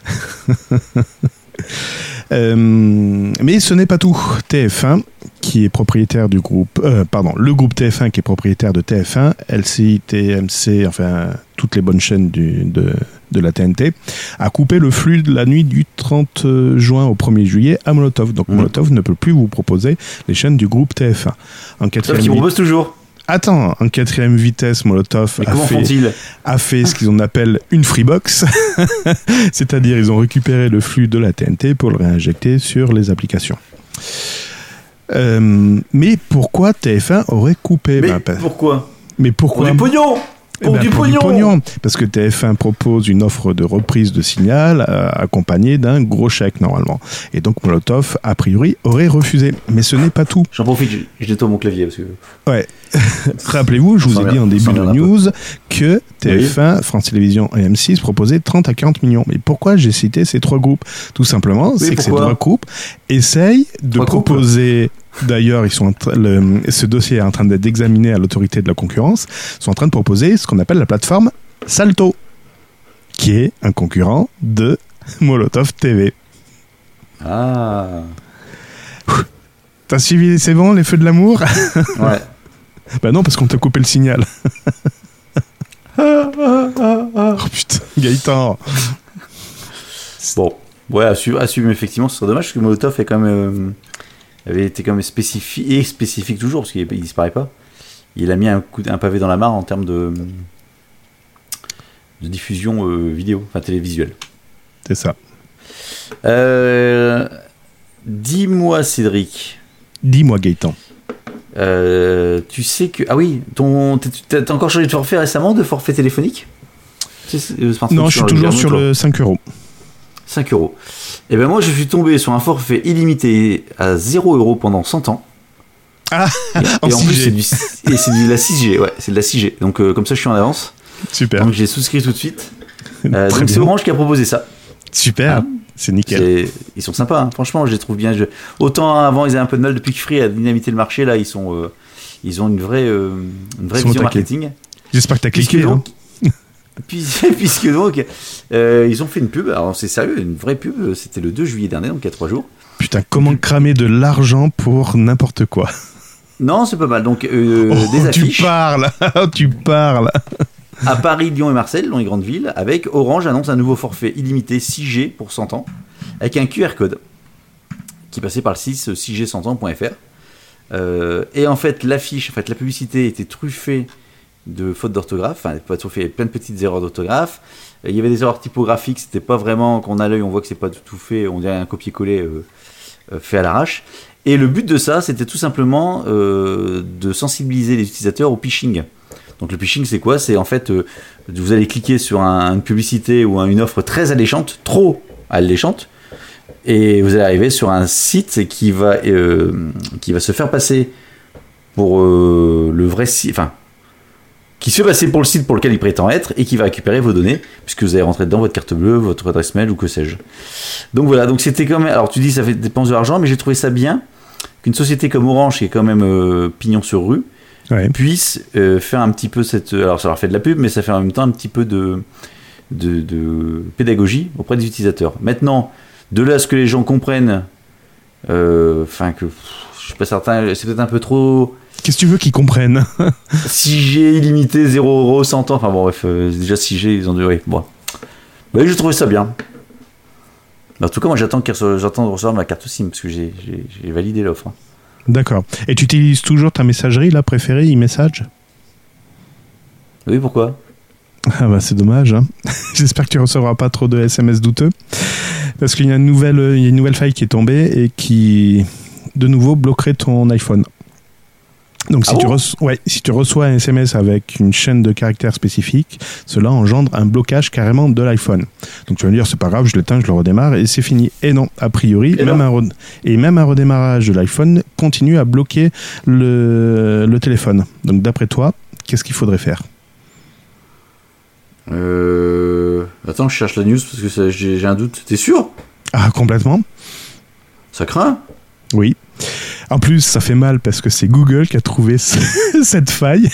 euh, mais ce n'est pas tout. T F un, qui est propriétaire du groupe... Euh, pardon, le groupe T F un, qui est propriétaire de T F un, L C I, T M C, enfin, toutes les bonnes chaînes du, de... de la T N T, a coupé le flux de la nuit du trente juin au premier juillet à Molotov. Donc mmh. Molotov ne peut plus vous proposer les chaînes du groupe T F un. En quatrième Sauf qu'ils proposent toujours. Attends, en quatrième vitesse, Molotov a fait, a fait ce qu'ils appellent une freebox. C'est-à-dire, ils ont récupéré le flux de la T N T pour le réinjecter sur les applications. Euh, mais pourquoi T F un aurait coupé? Mais bah, pourquoi Mais pourquoi Pour du pognon. Pour, eh ben, du, pour pognon. du pognon. Parce que T F un propose une offre de reprise de signal euh, accompagnée d'un gros chèque normalement. Et donc Molotov, a priori, aurait refusé. Mais ce n'est pas tout. J'en profite, je, je détourne mon clavier. Parce que... Ouais. Rappelez-vous, je vous ai dit en début de news que T F un, oui. France Télévisions et M six proposaient trente à quarante millions. Mais pourquoi j'ai cité ces trois groupes? Tout simplement, oui, c'est que ces trois groupes essayent de trois proposer... D'ailleurs, ils sont en tra- le, ce dossier est en train d'être examiné à l'autorité de la concurrence. Ils sont en train de proposer ce qu'on appelle la plateforme Salto, qui est un concurrent de Molotov T V. Ah. T'as suivi, c'est bon, les feux de l'amour? Ouais. Bah non, parce qu'on t'a coupé le signal. Oh putain, Gaëtan. Bon, ouais, à suivre, à suivre effectivement, ce serait dommage parce que Molotov est quand même... Euh... avait été quand même spécifique et spécifique toujours parce qu'il ne disparaît pas. Il a mis un, coup, un pavé dans la mare en termes de, de diffusion euh, vidéo, enfin télévisuelle. C'est ça. Euh, dis-moi Cédric. Dis-moi Gaëtan. Euh, tu sais que ah oui, ton t'as, t'as encore changé de forfait récemment, de forfait téléphonique? Non, je suis toujours sur le cinq euros. cinq euros. Et ben moi je suis tombé sur un forfait illimité à zéro euros pendant cent ans. Ah, et, en, et en plus c'est du et c'est de la six G, ouais, c'est de la six G. Donc euh, comme ça je suis en avance. Super. Donc j'ai souscrit tout de suite. Euh, donc bien. C'est Orange qui a proposé ça. Super, ah, c'est nickel. C'est... Ils sont sympas, hein. Franchement je les trouve bien. Je... Autant avant ils avaient un peu de mal depuis que Free a dynamité le marché, là ils sont euh... ils ont une vraie euh... une vraie vision marketing. J'espère que t'as cliqué. Donc, Puis, puisque donc euh, ils ont fait une pub, alors c'est sérieux, une vraie pub, c'était le deux juillet dernier, donc il y a trois jours. Putain, comment cramer de l'argent pour n'importe quoi? Non, c'est pas mal. Donc euh, oh, des affiches. Tu parles, tu parles. À Paris, Lyon et Marseille, dans les grandes villes, avec Orange annonce un nouveau forfait illimité six G pour cent ans, avec un Q R code qui passait par le site six G cent ans point F R. Euh, et en fait, l'affiche, en fait, la publicité était truffée de fautes d'orthographe, enfin pas truffée, plein de petites erreurs d'orthographe. Il y avait des erreurs typographiques, c'était pas vraiment qu'on a l'œil, on voit que c'est pas tout fait, on dirait un copier-coller euh, euh, fait à l'arrache. Et le but de ça, c'était tout simplement euh, de sensibiliser les utilisateurs au phishing. Donc le phishing, c'est quoi? C'est en fait, euh, vous allez cliquer sur un, une publicité ou un, une offre très alléchante, trop alléchante, et vous allez arriver sur un site qui va, euh, qui va se faire passer pour euh, le vrai site, enfin, qui se fait passer pour le site pour lequel il prétend être et qui va récupérer vos données, puisque vous allez rentrer dedans votre carte bleue, votre adresse mail ou que sais-je. Donc voilà, donc c'était quand même... Alors tu dis ça fait dépense de l'argent, mais j'ai trouvé ça bien qu'une société comme Orange, qui est quand même euh, pignon sur rue, ouais. puisse euh, faire un petit peu cette... Alors ça leur fait de la pub, mais ça fait en même temps un petit peu de, de, de pédagogie auprès des utilisateurs. Maintenant, de là à ce que les gens comprennent, enfin euh, que... Je suis pas certain, c'est peut-être un peu trop... Qu'est-ce que tu veux qu'ils comprennent? six G illimité, zéro euros, cent ans. Enfin bon, bref, euh, déjà six G, ils ont dû. Oui, bon. Bah, j'ai trouvé ça bien. En tout cas, moi j'attends, qu'ils reçoivent, j'attends de recevoir ma carte SIM parce que j'ai, j'ai, j'ai validé l'offre. Hein. D'accord. Et tu utilises toujours ta messagerie, là, préférée, e-message ? Oui, pourquoi ? Ah bah c'est dommage. Hein. J'espère que tu ne recevras pas trop de S M S douteux. Parce qu'il y a une nouvelle, il y a une nouvelle faille qui est tombée et qui, de nouveau, bloquerait ton iPhone. Donc si, ah tu bon reçois, ouais, si tu reçois un S M S avec une chaîne de caractères spécifique, cela engendre un blocage carrément de l'iPhone. Donc tu vas me dire, c'est pas grave, je l'éteins, je le redémarre et c'est fini. Et non, a priori, et, même un, re- et même un redémarrage de l'iPhone continue à bloquer le, le téléphone. Donc d'après toi, qu'est-ce qu'il faudrait faire ? Euh... Attends, je cherche la news parce que ça, j'ai, j'ai un doute. T'es sûr ? Ah, complètement. Ça craint ? Oui. En plus, ça fait mal parce que c'est Google qui a trouvé ce- cette faille.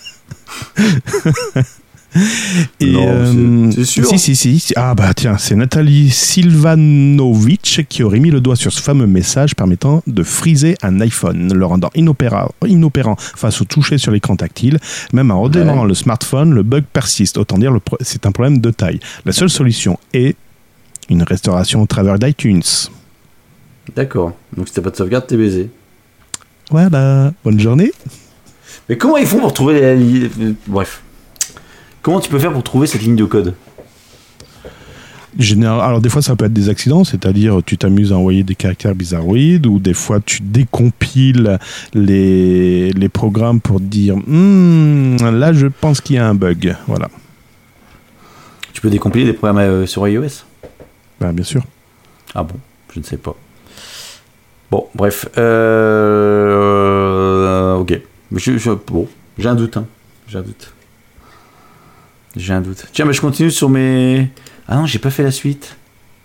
Et non, euh, c'est, c'est sûr. Si, si, si. Ah bah tiens, c'est Nathalie Silvanovic qui aurait mis le doigt sur ce fameux message permettant de friser un iPhone, le rendant inopéra- inopérant face au toucher sur l'écran tactile. Même en redémarrant ouais. le smartphone, le bug persiste. Autant dire, le pro- c'est un problème de taille. La seule solution est une restauration au travers d'iTunes. D'accord. Donc si t'as pas de sauvegarde, t'es baisé. Voilà. Bonne journée. Mais comment ils font pour trouver les... Bref. Comment tu peux faire pour trouver cette ligne de code ? Général... Alors des fois ça peut être des accidents, c'est-à-dire tu t'amuses à envoyer des caractères bizarroïdes ou des fois tu décompiles les, les programmes pour dire hm, là je pense qu'il y a un bug. Voilà. Tu peux décompiler des programmes euh, sur iOS ? Ben, bien sûr. Ah bon ? Je ne sais pas. Bon, bref. Euh... Ok. Je, je... Bon, j'ai un doute. Hein. J'ai un doute. J'ai un doute. Tiens, mais je continue sur mes... Ah non, j'ai pas fait la suite.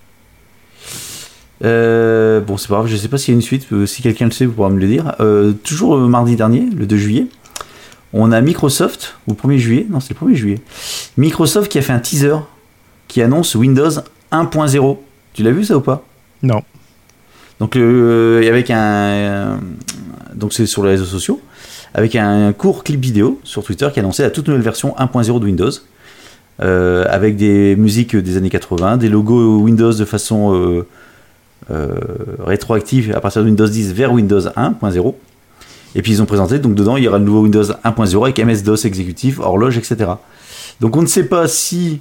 Euh... Bon, c'est pas grave, je sais pas s'il y a une suite. Si quelqu'un le sait, vous pourrez me le dire. Euh, toujours mardi dernier, le deux juillet, on a Microsoft, ou le premier juillet, non, c'est le premier juillet. Microsoft qui a fait un teaser qui annonce Windows un point zéro. Tu l'as vu ça ou pas ? Non. Donc, euh, avec un... Euh, donc c'est sur les réseaux sociaux. Avec un court clip vidéo sur Twitter qui annonçait la toute nouvelle version un point zéro de Windows. Euh, avec des musiques des années quatre-vingts, des logos Windows de façon euh, euh, rétroactive à partir de Windows dix vers Windows un point zéro. Et puis ils ont présenté, donc dedans il y aura le nouveau Windows un point zéro avec M S DOS exécutif, horloge, et cetera. Donc on ne sait pas si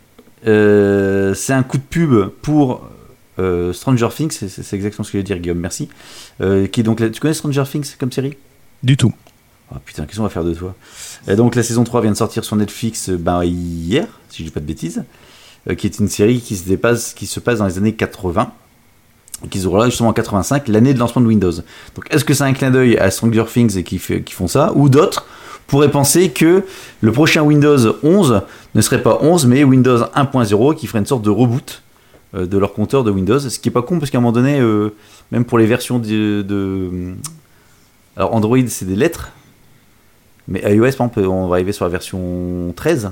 euh, c'est un coup de pub pour euh, Stranger Things, c'est, c'est exactement ce que je veux dire, Guillaume, merci. Euh, qui est donc la... Tu connais Stranger Things comme série ? Du tout. Oh putain, qu'est-ce qu'on va faire de toi ? Et donc la saison trois vient de sortir sur Netflix ben, hier, si je dis pas de bêtises, euh, qui est une série qui se, dépasse, qui se passe dans les années quatre-vingts, et qui se déroulera justement en quatre-vingt-cinq, l'année de lancement de Windows. Donc est-ce que c'est un clin d'œil à Stranger Things et qui, fait, qui font ça, ou d'autres pourraient penser que le prochain Windows onze ne serait pas onze, mais Windows un point zéro, qui ferait une sorte de reboot euh, de leur compteur de Windows, ce qui est pas con, parce qu'à un moment donné, euh, même pour les versions de... de... Alors Android, c'est des lettres, mais iOS, par exemple, on va arriver sur la version treize.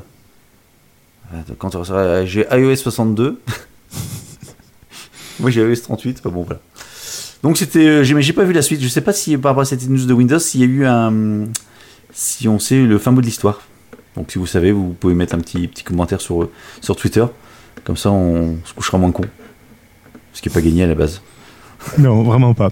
Quand on sera, j'ai iOS soixante-deux. Moi, j'ai iOS trente-huit. Enfin, bon, voilà. Donc, c'était. J'ai, j'ai pas vu la suite. Je sais pas si, par rapport à cette news de Windows, s'il y a eu un. Si on sait le fin mot de l'histoire. Donc, si vous savez, vous pouvez mettre un petit, petit commentaire sur, sur Twitter. Comme ça, on se couchera moins con. Ce qui n'est pas gagné à la base. Non, vraiment pas.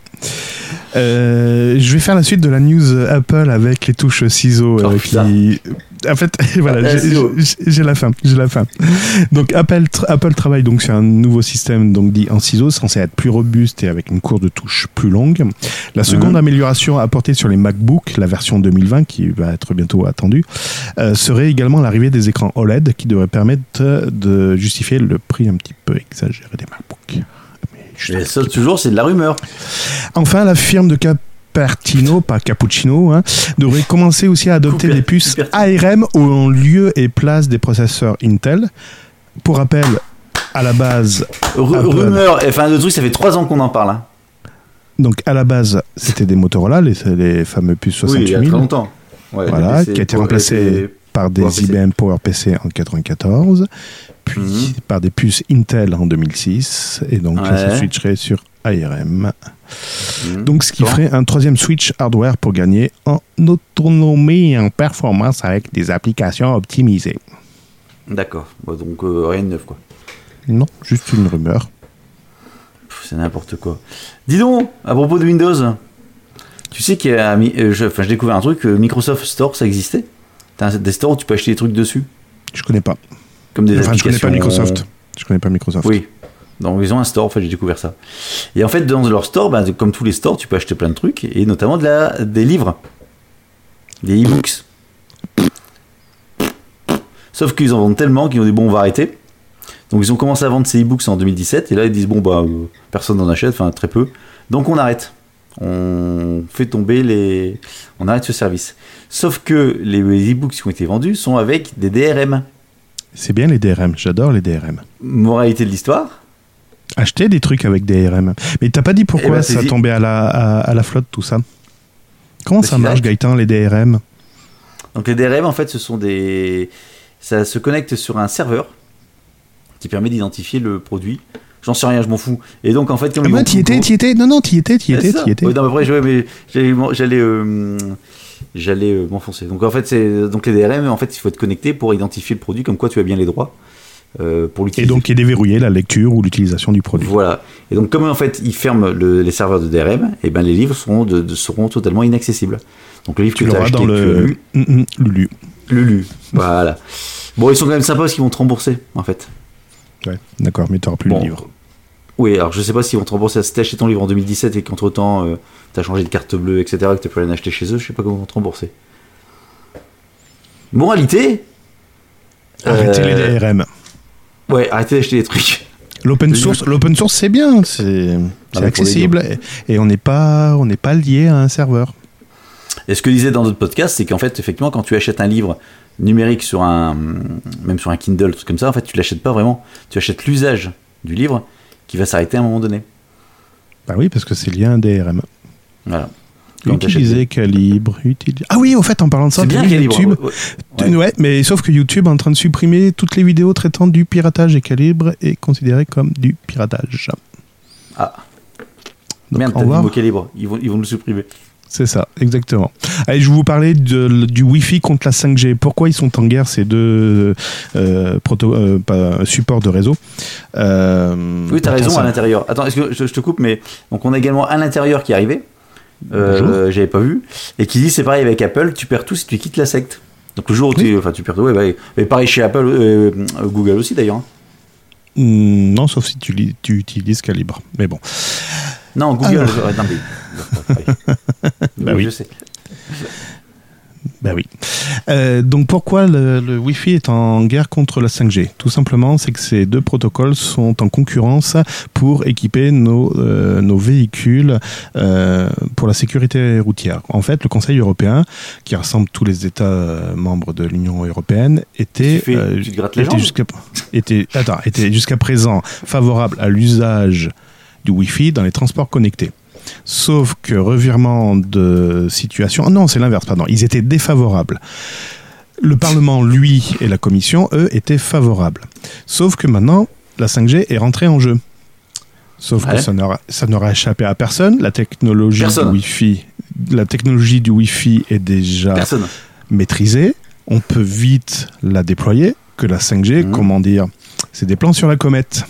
Euh, je vais faire la suite de la news Apple avec les touches ciseaux oh, euh, qui. En fait, voilà, ah, j'ai, j'ai, j'ai la fin, j'ai la fin. Donc Apple, tra- Apple travaille donc sur un nouveau système donc dit en ciseaux, censé être plus robuste et avec une courbe de touche plus longue. La seconde mmh. amélioration apportée sur les MacBook, la version deux mille vingt qui va être bientôt attendue, euh, serait également l'arrivée des écrans O L E D qui devrait permettre de justifier le prix un petit peu exagéré des MacBook. Mais ça, toujours, c'est de la rumeur. Enfin, la firme de Cupertino, pas Cappuccino, hein, devrait commencer aussi à adopter Couper, des puces A R M en lieu et place des processeurs Intel. Pour rappel, à la base... R- Apple, rumeur, enfin, le truc, ça fait trois ans qu'on en parle. Hein. Donc, à la base, c'était des Motorola, les, les fameux puces soixante-huit mille. Oui, il y a très longtemps. Ouais, voilà, P C, qui a été remplacé par des I B M PowerPC en quatre-vingt-quatorze. Puis mmh. par des puces Intel en deux mille six, et donc ouais. là ça switcherait sur A R M. Mmh. Donc ce qui bon. ferait un troisième switch hardware pour gagner en autonomie et en performance avec des applications optimisées. D'accord, bon, donc euh, rien de neuf quoi. Non, juste une rumeur. Pff, c'est n'importe quoi. Dis donc, à propos de Windows. Tu sais qu'il y a, euh, je, enfin, j'ai découvert un truc, euh, Microsoft Store, ça existait. T'as des stores où tu peux acheter des trucs dessus. Je connais pas. Comme des enfin, applications. Je connais pas Microsoft. Je connais pas Microsoft. Oui. Donc ils ont un store, en fait, j'ai découvert ça. Et en fait, dans leur store, bah, comme tous les stores, tu peux acheter plein de trucs, et notamment de la, des livres, des e-books. Sauf qu'ils en vendent tellement qu'ils ont dit bon, on va arrêter. Donc ils ont commencé à vendre ces e-books en deux mille dix-sept, et là ils disent bon bah euh, personne n'en achète, enfin très peu. Donc on arrête. On fait tomber les, on arrête ce service. Sauf que les e-books qui ont été vendus sont avec des D R M. C'est bien les D R M. J'adore les D R M. Moralité de l'histoire. Acheter des trucs avec des D R M. Mais t'as pas dit pourquoi eh ben, ça dit... tombait à la, à, à la flotte tout ça. Comment bah, ça marche, Gaëtan, les D R M? Donc les D R M, en fait, ce sont des, ça se connecte sur un serveur qui permet d'identifier le produit. J'en sais rien, je m'en fous. Et donc en fait, comme ah bah, t'y étais, t'y étais. Non non, t'y étais, t'y étais, t'y étais. Oui, non, après, mais j'allais, j'allais, euh, j'allais euh, m'enfoncer. Donc en fait, c'est donc les D R M. En fait, il faut être connecté pour identifier le produit, comme quoi tu as bien les droits. Euh, pour l'utiliser. Et donc, est déverrouillé la lecture ou l'utilisation du produit. Voilà. Et donc, comme en fait, ils ferment le, les serveurs de D R M, et ben les livres seront, de, de, seront totalement inaccessibles. Donc, le livre tu que tu as acheté, dans le lu, mmh, Lulu. Lulu. Voilà. Bon, ils sont quand même sympas parce qu'ils vont te rembourser, en fait. Ouais, d'accord, mais tu n'auras plus bon. le livre. Oui, alors je sais pas s'ils vont te rembourser. Si tu as acheté ton livre en deux mille dix-sept et qu'entre-temps, euh, tu as changé de carte bleue, et cetera, que tu peux aller en acheter chez eux, je sais pas comment ils vont te rembourser. Moralité. Arrêtez euh, les D R M. Ouais, arrêtez d'acheter des trucs. L'open source, l'open source c'est bien, c'est, c'est ah, accessible et, et on n'est pas, on n'est pas lié à un serveur. Et ce que je disais dans d'autres podcasts, c'est qu'en fait, effectivement, quand tu achètes un livre numérique sur un, même sur un Kindle, tout comme ça, en fait, tu l'achètes pas vraiment. Tu achètes l'usage du livre qui va s'arrêter à un moment donné. Bah oui, parce que c'est lié à un D R M. Voilà. Utiliser Calibre, utiliser... Ah oui, au fait, en parlant de ça, c'est bien Calibre. YouTube, ouais. ouais, mais sauf que YouTube est en train de supprimer toutes les vidéos traitant du piratage et Calibre est considéré comme du piratage. Ah. Donc, merde, t'as dit le mot Calibre. Ils vont, ils vont le supprimer. C'est ça, exactement. Allez, je vais vous parler de, du Wi-Fi contre la cinq G. Pourquoi ils sont en guerre, ces deux euh, proto, euh, pas, supports de réseau euh, Oui, t'as raison, ça... à l'intérieur. Attends, est-ce que je, je te coupe, mais donc on a également à l'intérieur qui est arrivé. Euh, j'avais pas vu, et qui dit c'est pareil avec Apple, tu perds tout si tu quittes la secte. Donc le jour où oui. tu, enfin, tu perds tout, ouais, bah, mais pareil chez Apple, euh, Google aussi d'ailleurs. Mmh, non, sauf si tu, tu utilises Calibre. Mais bon. Non, Google. Alors... Euh, non, mais... bah oui, je sais. Ben oui. Euh, donc pourquoi le, le Wi-Fi est en guerre contre la cinq G ? Tout simplement, c'est que ces deux protocoles sont en concurrence pour équiper nos, euh, nos véhicules euh, pour la sécurité routière. En fait, le Conseil européen, qui rassemble tous les États membres de l'Union européenne, était, fais, euh, était, jusqu'à, était, attends, était jusqu'à présent favorable à l'usage du Wi-Fi dans les transports connectés. Sauf que revirement de situation... Non, c'est l'inverse, pardon. Ils étaient défavorables. Le Parlement, lui, et la Commission, eux, étaient favorables. Sauf que maintenant, la cinq G est rentrée en jeu. Sauf ouais. que ça n'aura, ça n'aura échappé à personne. La technologie personne. du Wi-Fi, la technologie du Wi-Fi est déjà personne. maîtrisée. On peut vite la déployer. Que la cinq G, mmh. comment dire, c'est des plans sur la comète.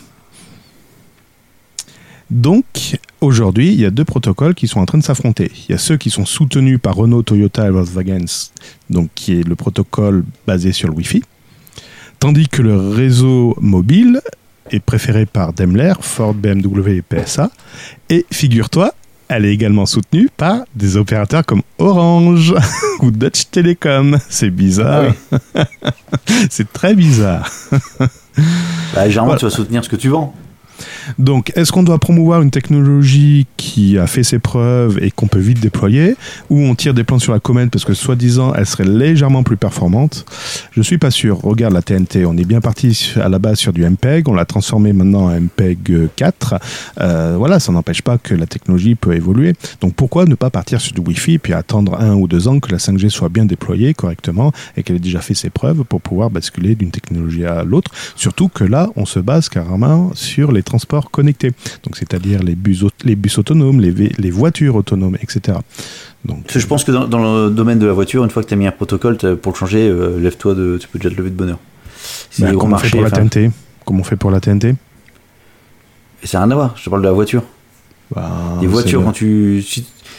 Donc, aujourd'hui, il y a deux protocoles qui sont en train de s'affronter. Il y a ceux qui sont soutenus par Renault, Toyota et Volkswagen, donc qui est le protocole basé sur le Wi-Fi, tandis que le réseau mobile est préféré par Daimler, Ford, B M W et P S A. Et figure-toi, elle est également soutenue par des opérateurs comme Orange ou Deutsche Telekom. C'est bizarre. Ah oui. C'est très bizarre. Bah, généralement, voilà. Tu vas soutenir ce que tu vends. Donc, est-ce qu'on doit promouvoir une technologie qui a fait ses preuves et qu'on peut vite déployer, ou on tire des plans sur la comète parce que soi-disant elle serait légèrement plus performante ? Je suis pas sûr. Regarde la T N T, on est bien parti à la base sur du M P E G, on l'a transformé maintenant en M P E G quatre. Euh, voilà, ça n'empêche pas que la technologie peut évoluer. Donc pourquoi ne pas partir sur du Wi-Fi puis attendre un ou deux ans que la cinq G soit bien déployée correctement et qu'elle ait déjà fait ses preuves pour pouvoir basculer d'une technologie à l'autre. Surtout que là, on se base carrément sur les transports connectés, donc c'est-à-dire les bus, les bus autonomes, les, les voitures autonomes, et cetera. Donc, je pense que dans, dans le domaine de la voiture, une fois que tu as mis un protocole, pour le changer, euh, lève-toi, de, tu peux déjà te lever de bonne heure. Si bah, comme on fait pour la T N T. Comme on fait pour la T N T. Et ça n'a rien à voir, je te parle de la voiture. Bah, les voitures, quand tu... Si,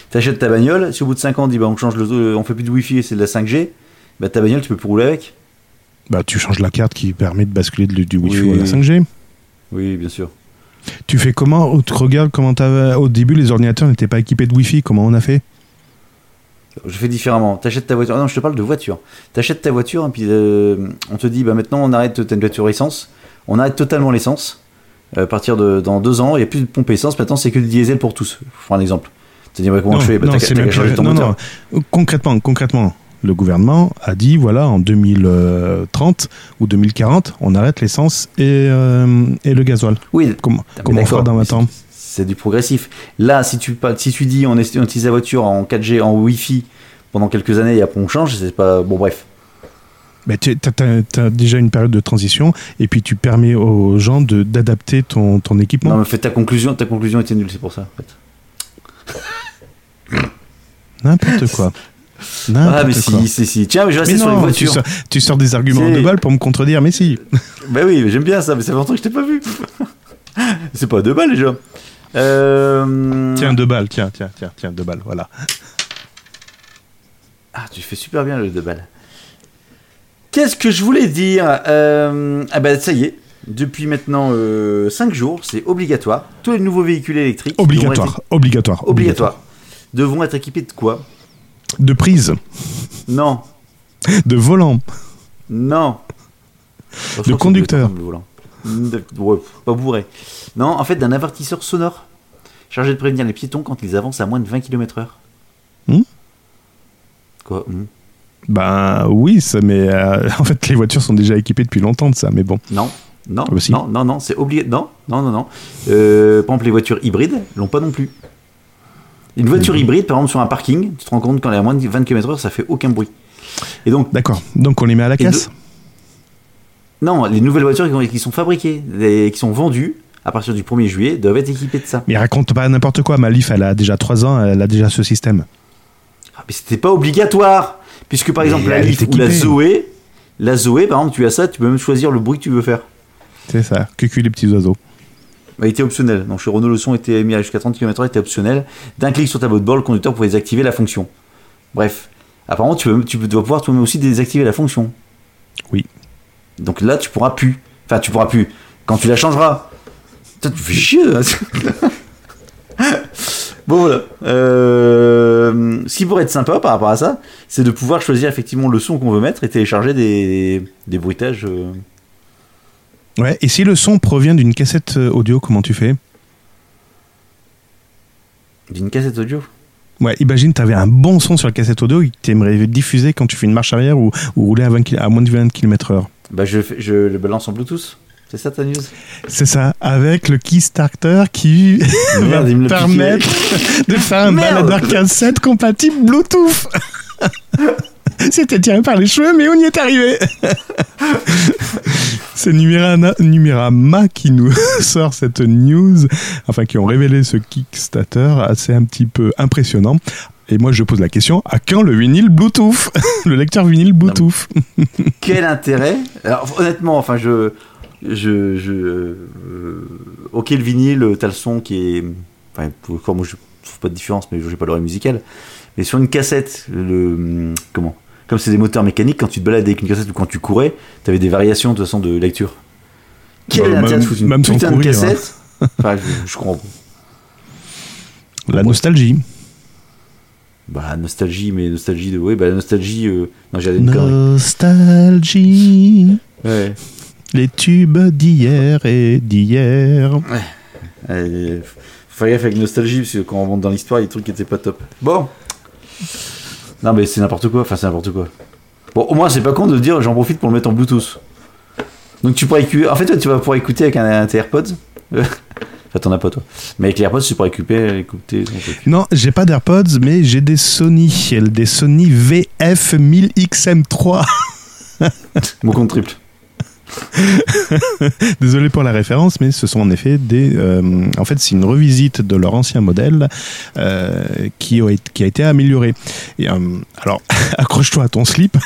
T'achètes ta bagnole, si au bout de cinq ans on dit bah on change le, on fait plus de Wi-Fi et c'est de la cinq G, bah ta bagnole tu peux plus rouler avec. Bah tu changes la carte qui permet de basculer du, du Wi-Fi Oui, à la cinq G. Oui, bien sûr. Tu fais comment? Tu regardes comment t'avais... Au début, les ordinateurs n'étaient pas équipés de Wi-Fi. Comment on a fait? Je fais différemment. T'achètes ta voiture. Non, je te parle de voiture. T'achètes ta voiture et puis euh, on te dit bah maintenant on arrête. T'as une voiture essence. On arrête totalement l'essence. Euh, à partir de dans deux ans, il n'y a plus de pompe essence. Maintenant, c'est que du diesel pour tous. Je prends un exemple. Tu dis bah, comment non, je fais? Bah, non, t'as, c'est t'as même changé pas... ton non, moteur. non. Concrètement, concrètement. Le gouvernement a dit, voilà, en deux mille trente ou deux mille quarante, on arrête l'essence et, euh, et le gasoil. Oui. Comment, Ah, comment on fera dans vingt ans? C'est du progressif. Là, si tu, si tu dis on, est, on utilise la voiture en quatre G, en Wi-Fi pendant quelques années et après on change, c'est pas... Bon, bref. Mais tu as déjà une période de transition et puis tu permets aux gens de, d'adapter ton, ton équipement. Non, mais fais ta conclusion, ta conclusion était nulle, c'est pour ça, en fait. N'importe quoi. Ah mais si, si, si. Tiens, mais je vais rester sur les voitures. Tu sors, tu sors des arguments de balle pour me contredire, mais si. Bah oui, mais j'aime bien ça, mais ça fait longtemps que je t'ai pas vu. C'est pas deux balles déjà. Euh... Tiens, deux balles, tiens, tiens, tiens, tiens, deux balles, voilà. Ah, tu fais super bien le deux balles. Qu'est-ce que je voulais dire euh... Ah bah ça y est, depuis maintenant euh, cinq jours, c'est obligatoire. Tous les nouveaux véhicules électriques... Obligatoire, être... obligatoire, obligatoire. Obligatoire. Devront être équipés de quoi? De prise. Non. De volant. Non. Oh, de conducteur. De... Ouais, pas bourré. Non, en fait, d'un avertisseur sonore chargé de prévenir les piétons quand ils avancent à moins de vingt kilomètres heure. Hmm Quoi hmm Ben oui, ça, mais euh, en fait, les voitures sont déjà équipées depuis longtemps de ça, mais bon. Non. Non, ah bah si. non, non, non, c'est obligatoire. Non, non, non, non. Euh, par exemple, les voitures hybrides l'ont pas non plus. Une voiture mmh. hybride, par exemple, sur un parking, tu te rends compte quand elle est à moins de vingt kilomètres heure, ça fait aucun bruit. Et donc, d'accord. Donc on les met à la casse de... Non, les nouvelles voitures qui sont fabriquées, les... qui sont vendues à partir du premier juillet, doivent être équipées de ça. Mais raconte pas n'importe quoi. Ma Leaf, elle a déjà trois ans, elle a déjà ce système. Ah, mais c'était pas obligatoire. Puisque par exemple, mais la Leaf ou la Zoé, la Zoé, par exemple, tu as ça, tu peux même choisir le bruit que tu veux faire. C'est ça, cucu les petits oiseaux. Il était optionnel. Donc chez Renault, le son était mis à jusqu'à trente kilomètres heure, était optionnel. D'un clic sur tableau de bord, le conducteur pouvait désactiver la fonction. Bref. Apparemment, tu, peux, tu dois pouvoir toi-même aussi désactiver la fonction. Oui. Donc là, tu pourras plus. Enfin, tu pourras plus. Quand tu la changeras. Putain, tu fais chier. Bon, voilà. Euh, ce qui pourrait être sympa par rapport à ça, c'est de pouvoir choisir effectivement le son qu'on veut mettre et télécharger des, des bruitages. Euh... Ouais, et si le son provient d'une cassette audio, comment tu fais? D'une cassette audio? Ouais, imagine, t'avais un bon son sur la cassette audio et que t'aimerais diffuser quand tu fais une marche arrière ou, ou rouler à, vingt, à moins de vingt kilomètres heure. Bah, je, je le balance en Bluetooth. C'est ça ta news? C'est ça, avec le Keystarter qui Merde, va permettre de faire un Merde. baladeur cassette compatible Bluetooth. C'était tiré par les cheveux, mais on y est arrivé. C'est Numérama, Numérama qui nous sort cette news, enfin qui ont révélé ce Kickstarter assez un petit peu impressionnant. Et moi je pose la question, à quand le vinyle Bluetooth? Le lecteur vinyle Bluetooth? Non, quel intérêt? Alors honnêtement, enfin je... je, je euh, ok, le vinyle, t'as le son qui est... Enfin, pour, moi je trouve pas de différence, mais j'ai pas l'oreille musicale. Mais sur une cassette, le... Comment? Comme c'est des moteurs mécaniques, quand tu te baladais avec une cassette ou quand tu courais, t'avais des variations de toute façon de lecture. Quel bah, intérêt de foutre une putain de cassette hein. Enfin, je, je comprends. La nostalgie. Bah, nostalgie, mais nostalgie de... Oui, bah, la nostalgie... Euh... Non, j'allais une connerie. Nostalgie. Ouais. Les tubes d'hier et d'hier. Ouais. Allez, faut faire gaffe avec nostalgie, parce que quand on rentre dans l'histoire, il y a des trucs qui étaient pas top. Bon. Non, mais c'est n'importe quoi. Enfin, c'est n'importe quoi. Bon, au moins, c'est pas con de dire j'en profite pour le mettre en Bluetooth. Donc, tu pourras écouter. En fait, toi, tu vas pouvoir écouter avec un, un tes AirPods. Enfin, t'en as pas, toi. Mais avec les AirPods, tu pourras écouter. écouter non, j'ai pas d'AirPods, mais j'ai des Sony. Des Sony V F mille X M trois. Mon compte triple. Désolé pour la référence, mais ce sont en effet des. Euh, en fait, c'est une revisite de leur ancien modèle euh, qui, a, qui a été amélioré. Et, euh, alors, accroche-toi à ton slip.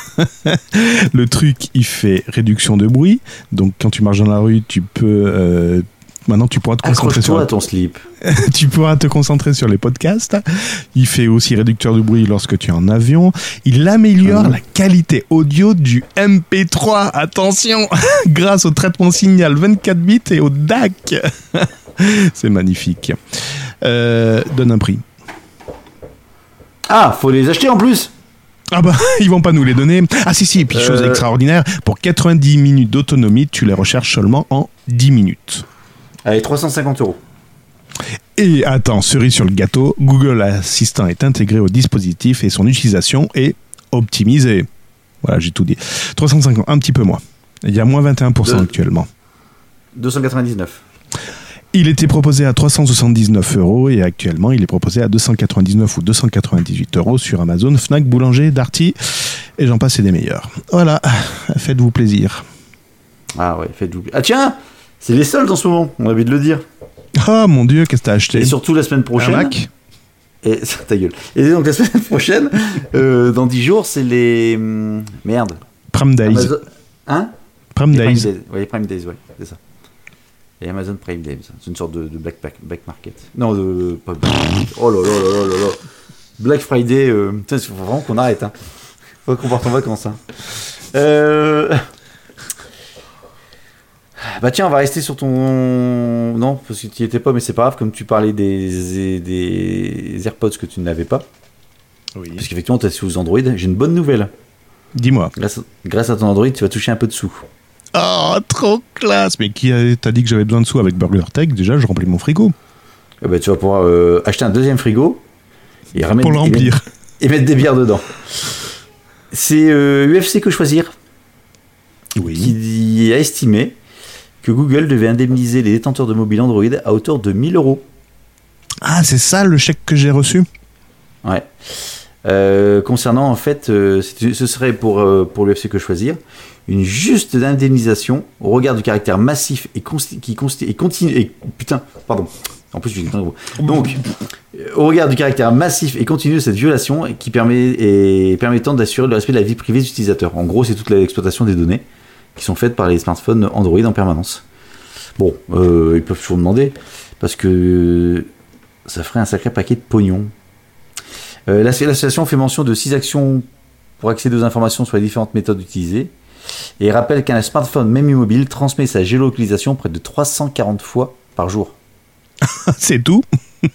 Le truc, il fait réduction de bruit. Donc, quand tu marches dans la rue, tu peux. Euh, maintenant tu pourras te concentrer sur à ton slip. tu pourras te concentrer sur les podcasts. Il fait aussi réducteur de bruit lorsque tu es en avion. Il améliore mmh. la qualité audio du M P trois. Attention, grâce au traitement signal vingt-quatre bits et au D A C. C'est magnifique. Euh, donne un prix. Ah, faut les acheter en plus. Ah bah, ils vont pas nous les donner. Ah si, si, et puis euh... chose extraordinaire, pour quatre-vingt-dix minutes d'autonomie, tu les recherches seulement en dix minutes. Allez, trois cent cinquante euros. Et attends, cerise sur le gâteau, Google Assistant est intégré au dispositif et son utilisation est optimisée. Voilà, j'ai tout dit. trois cent cinquante, un petit peu moins. Il y a moins vingt et un pour cent de... actuellement. deux cent quatre-vingt-dix-neuf. Il était proposé à trois cent soixante-dix-neuf euros et actuellement il est proposé à deux cent quatre-vingt-dix-neuf ou deux cent quatre-vingt-dix-huit euros sur Amazon, Fnac, Boulanger, Darty et j'en passe et des meilleurs. Voilà, faites-vous plaisir. Ah ouais, faites-vous plaisir. Ah tiens, c'est les soldes en ce moment, on a envie de le dire. Oh mon Dieu, qu'est-ce que t'as acheté ? Et surtout la semaine prochaine. Un Mac ? Et ta gueule. Et donc la semaine prochaine, euh, dans dix jours, c'est les hum, merde. Prime Days. Amazon... Hein ? Prime Days. Prime Days. Ouais, Prime Days, ouais, c'est ça. Et Amazon Prime Days, c'est une sorte de, de black, black market. Non, de pas black market. Oh là là là là là là. Black Friday, euh, il faut vraiment qu'on arrête. Hein. Faut qu'on parte en vacances. Hein. Euh... Bah tiens, on va rester sur ton... Non, parce que tu n'y étais pas, mais c'est pas grave, comme tu parlais des, des AirPods que tu n'avais pas. Oui. Parce qu'effectivement, tu es sous Android. J'ai une bonne nouvelle. Dis-moi. Grâce, grâce à ton Android, tu vas toucher un peu de sous. Oh, trop classe. Mais qui a, t'a dit que j'avais besoin de sous avec BurgerTech ? Déjà, je remplis mon frigo. Eh ben, tu vas pouvoir euh, acheter un deuxième frigo et remettre, pour le remplir. Et mettre, et mettre des bières dedans. C'est euh, U F C Que Choisir oui. qui a estimé que Google devait indemniser les détenteurs de mobiles Android à hauteur de mille euros. Ah, c'est ça le chèque que j'ai reçu ? Ouais. Euh, concernant, en fait, euh, ce serait pour, euh, pour l'U F C Que Choisir une juste indemnisation au regard du caractère massif et, consti- qui consti- et continu. Et, putain, pardon. En plus, je suis donc, au regard du caractère massif et continu de cette violation qui permet, et permettant d'assurer le respect de la vie privée des utilisateurs. En gros, c'est toute l'exploitation des données qui sont faites par les smartphones Android en permanence. Bon, euh, ils peuvent toujours demander parce que ça ferait un sacré paquet de pognon. Euh, l'association fait mention de six actions pour accéder aux informations sur les différentes méthodes utilisées et rappelle qu'un smartphone, même immobile, transmet sa géolocalisation près de trois cent quarante fois par jour. C'est tout. Je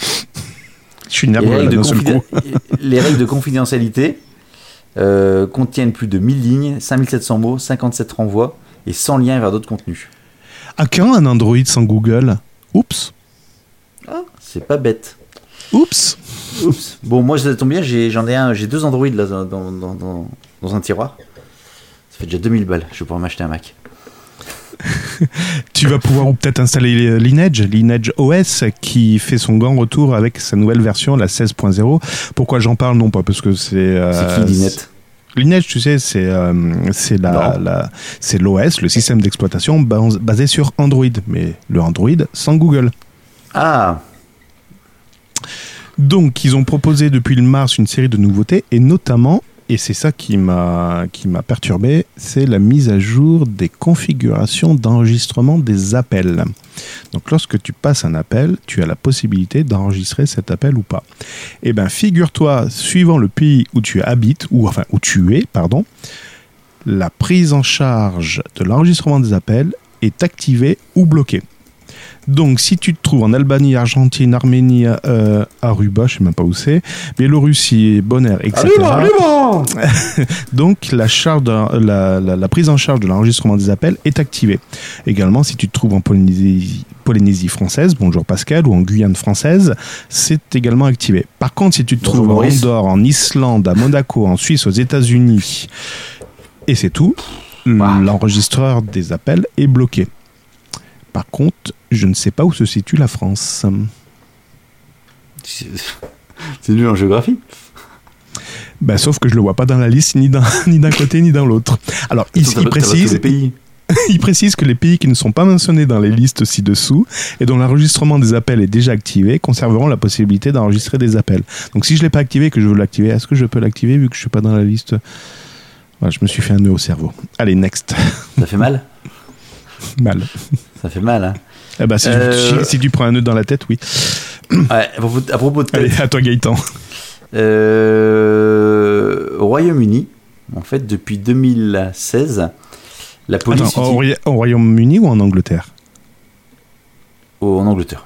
suis nerveux là d'un seul coup. Les règles de confidentialité euh, contiennent plus de mille lignes, cinq mille sept cents mots, cinquante-sept renvois et cent liens vers d'autres contenus. À quand un Android sans Google ? Oups. Ah, c'est pas bête. Oups. Oups. Bon, moi, ça tombe bien, j'ai, j'en ai un, j'ai deux Android là dans, dans, dans, dans un tiroir. Ça fait déjà deux mille balles. Je vais pouvoir m'acheter un Mac. Tu vas pouvoir ou peut-être installer Lineage, Lineage O S, qui fait son grand retour avec sa nouvelle version, la seize point zéro. Pourquoi j'en parle ? Non pas parce que c'est... Euh, c'est qui Lineage ? Lineage, tu sais, c'est, euh, c'est, la, la, c'est l'O S, le système d'exploitation basé sur Android, mais le Android sans Google. Ah. Donc, ils ont proposé depuis le mars une série de nouveautés, et notamment, et c'est ça qui m'a, qui m'a perturbé, c'est la mise à jour des configurations d'enregistrement des appels. Donc, lorsque tu passes un appel, tu as la possibilité d'enregistrer cet appel ou pas. Eh bien, figure-toi, suivant le pays où tu habites, ou enfin, où tu es, pardon, la prise en charge de l'enregistrement des appels est activée ou bloquée. Donc, si tu te trouves en Albanie, Argentine, Arménie, euh, Aruba, je ne sais même pas où c'est, Biélorussie, Bonaire, et cetera. Allez, bon, allez, bon. Donc, la, charge de, la, la, la prise en charge de l'enregistrement des appels est activée. Également, si tu te trouves en Polynésie, Polynésie française, bonjour Pascal, ou en Guyane française, c'est également activé. Par contre, si tu te bonjour trouves Maurice. En Andorre, en Islande, à Monaco, en Suisse, aux États-Unis, et c'est tout, wow. L'enregistreur des appels est bloqué. Par contre, je ne sais pas où se situe la France. C'est, c'est nul en géographie. Ben, sauf que je le vois pas dans la liste, ni d'un, ni d'un côté, ni dans l'autre. Alors, Attends, ici, il précise, il précise que les pays qui ne sont pas mentionnés dans les listes ci-dessous et dont l'enregistrement des appels est déjà activé conserveront la possibilité d'enregistrer des appels. Donc, si je ne l'ai pas activé et que je veux l'activer, est-ce que je peux l'activer vu que je ne suis pas dans la liste ? Voilà, je me suis fait un nœud au cerveau. Allez, next. Ça fait mal ? Mal. Ça fait mal, hein. Eh ben, si, Euh, si, si tu prends un nœud dans la tête, oui. Ouais, à propos de, à propos de tête, Allez, à toi Gaëtan. euh, au Royaume-Uni, en fait, depuis deux mille seize, la police Attends, au, utilise- Roya- au Royaume-Uni ou en Angleterre? Oh, en Angleterre.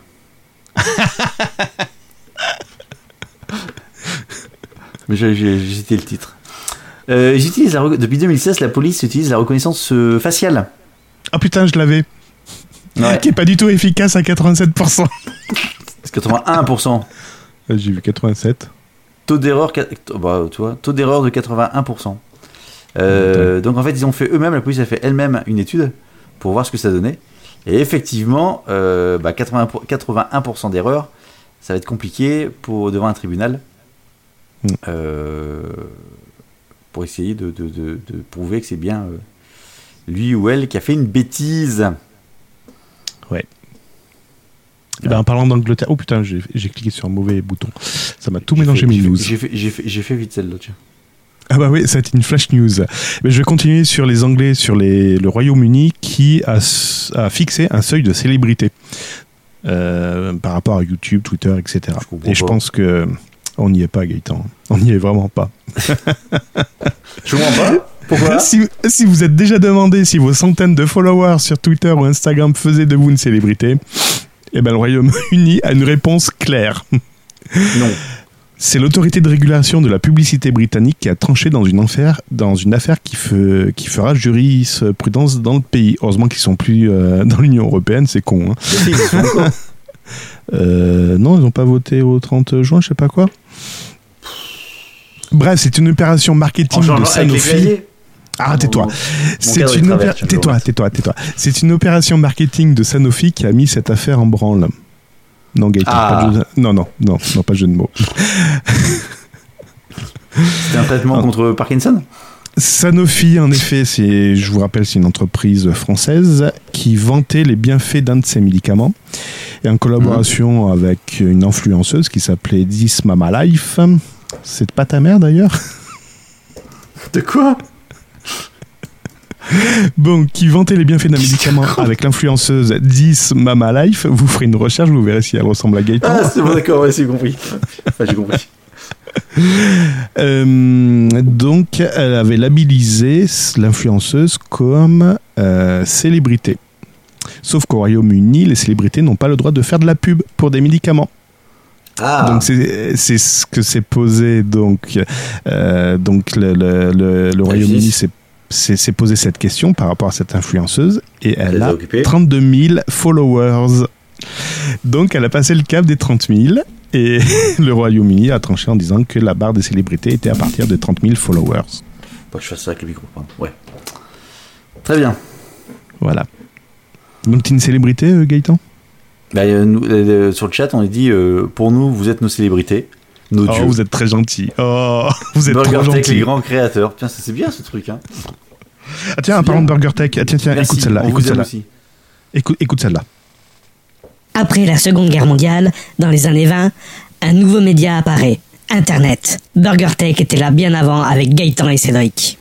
Mais j'ai, j'ai, j'ai cité le titre. Euh, ils utilisent la rec- depuis deux mille seize, la police utilise la reconnaissance euh, faciale. Ah putain, je l'avais. Ouais. Qui est pas du tout efficace à quatre-vingt-sept pour cent. C'est quatre-vingt-un pour cent. J'ai vu quatre-vingt-sept. Taux d'erreur, quat- bah, tu vois, taux d'erreur de quatre-vingt-un pour cent. Euh, donc en fait, ils ont fait eux-mêmes, la police a fait elle-même une étude pour voir ce que ça donnait. Et effectivement, euh, bah, quatre-vingts pour- quatre-vingt-un pour cent d'erreurs, ça va être compliqué pour, devant un tribunal Mm. euh, pour essayer de, de, de, de prouver que c'est bien euh, lui ou elle qui a fait une bêtise. Eh ben, en parlant d'Angleterre, oh putain, j'ai, j'ai cliqué sur un mauvais bouton. Ça m'a tout J'ai mélangé fait- mes j'ai fait- news. J'ai fait, j'ai fait, j'ai fait vite celle-là, tiens. Ah bah oui, ça a été une flash news. Mais je vais continuer sur les Anglais, sur les, le Royaume-Uni qui a, s- a fixé un seuil de célébrité euh, par rapport à YouTube, Twitter, et cetera. Je comprends Et je pas. pense que on n'y est pas, Gaëtan. On n'y est vraiment pas. Je comprends pas. Pourquoi? si, si vous êtes déjà demandé si vos centaines de followers sur Twitter ou Instagram faisaient de vous une célébrité, eh ben le Royaume-Uni a une réponse claire. Non. C'est l'autorité de régulation de la publicité britannique qui a tranché dans une affaire, dans une affaire qui, fe- qui fera jurisprudence dans le pays. Heureusement qu'ils sont plus euh, dans l'Union européenne, c'est con. Hein. Si, ils sont encore. Euh, non, ils n'ont pas voté au trente juin, je sais pas quoi. Bref, c'est une opération marketing En changeant de avec les Sanofi. claviers. Ah, tais-toi. Mon- mon C'est cadre, il une traverse, opé- je le tais-toi, vois. tais-toi, tais-toi. C'est une opération marketing de Sanofi qui a mis cette affaire en branle. Non, Gaëtan, Ah. pas de jeu de... non, non, non, non, pas de jeu de mots. C'était un traitement Ah. contre Parkinson. Sanofi, en effet, c'est, je vous rappelle, c'est une entreprise française qui vantait les bienfaits d'un de ses médicaments. Et en collaboration avec une influenceuse qui s'appelait This Mama Life. C'est pas ta mère d'ailleurs? De quoi? Bon, qui vantait les bienfaits d'un médicament avec l'influenceuse This Mama Life. Vous ferez une recherche, vous verrez si elle ressemble à Gaëtan. Ah, c'est bon, d'accord, ouais, c'est compris. Enfin, j'ai compris. Euh, donc, elle avait labellisé l'influenceuse comme euh, célébrité. Sauf qu'au Royaume-Uni, les célébrités n'ont pas le droit de faire de la pub pour des médicaments. Ah, Donc c'est c'est ce que s'est posé donc euh, donc le, le, le, le Royaume-Uni s'est s'est s'est posé cette question par rapport à cette influenceuse et elle les a a occupés. trente-deux mille followers. Donc elle a passé le cap des trente mille et le Royaume-Uni a tranché en disant que la barre des célébrités était à partir de trente mille followers. faut que je fasse ça avec le micro, pardon. Ouais. Très bien. Voilà. Donc t'es une célébrité, euh, Gaëtan? Bah, euh, nous, euh, sur le chat, on a dit euh, pour nous, vous êtes nos célébrités, nos Oh, dieux. vous êtes très gentil. Oh, vous êtes Burger trop Tech, gentil. les grands créateurs. Putain, ça, c'est bien ce truc. Hein. Ah tiens, en C'est parlant de bien. Burger Tech, ah, tiens, tiens, Merci, écoute celle-là, on écoute vous aime celle-là. aussi. Écoute, écoute celle-là. Après la Seconde Guerre mondiale, dans les années vingt, un nouveau média apparaît, Internet. Burger Tech était là bien avant avec Gaëtan et Cédric.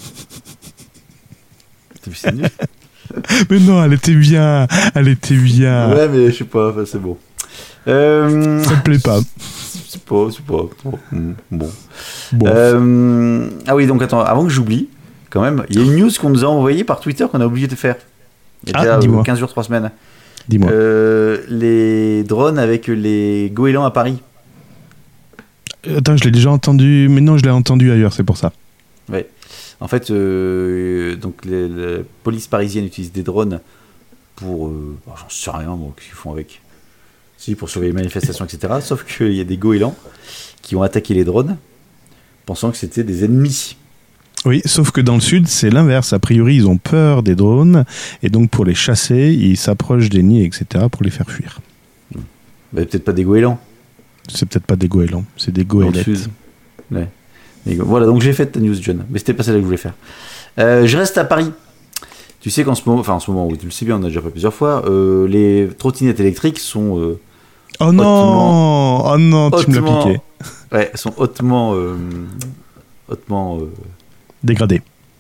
T'as vu, c'est nul. Mais non, elle était bien, elle était bien. Ouais, mais je sais pas, enfin, c'est bon. Euh, Ça me plaît pas. c'est pas, c'est pas. Bon. bon. Bon. Euh, ah oui, donc attends, avant que j'oublie, quand même, il y a une news qu'on nous a envoyée par Twitter qu'on a oublié de faire. Il y a Ah, déjà, euh, dis-moi. quinze jours, trois semaines. Dis-moi. Euh, les drones avec les goélands à Paris. Attends, je l'ai déjà entendu, mais non, je l'ai entendu ailleurs, c'est pour ça. Ouais. En fait, euh, donc les- la police parisienne utilise des drones pour, euh, bon, j'en sais rien, moi, qu'est-ce qu'ils font avec. Si, pour surveiller les manifestations, et cetera. Sauf qu'il y a des goélands qui ont attaqué les drones, pensant que c'était des ennemis. Oui, sauf que dans le sud, c'est l'inverse. A priori, ils ont peur des drones, et donc pour les chasser, ils s'approchent des nids, et cetera, pour les faire fuir. Bah, peut-être pas des goélands. C'est peut-être pas des goélands, c'est des Dans le goélettes. sud. Ouais. Et go- voilà, donc j'ai fait ta news, John. Mais c'était pas celle que je voulais faire. Euh, je reste à Paris. Tu sais qu'en ce moment, enfin en ce moment, oui, tu le sais bien, on a déjà fait plusieurs fois, euh, les trottinettes électriques sont, euh, Oh non, oh non, tu me l'as hautement- piqué. ouais, sont hautement, euh, hautement, euh, Dégradé.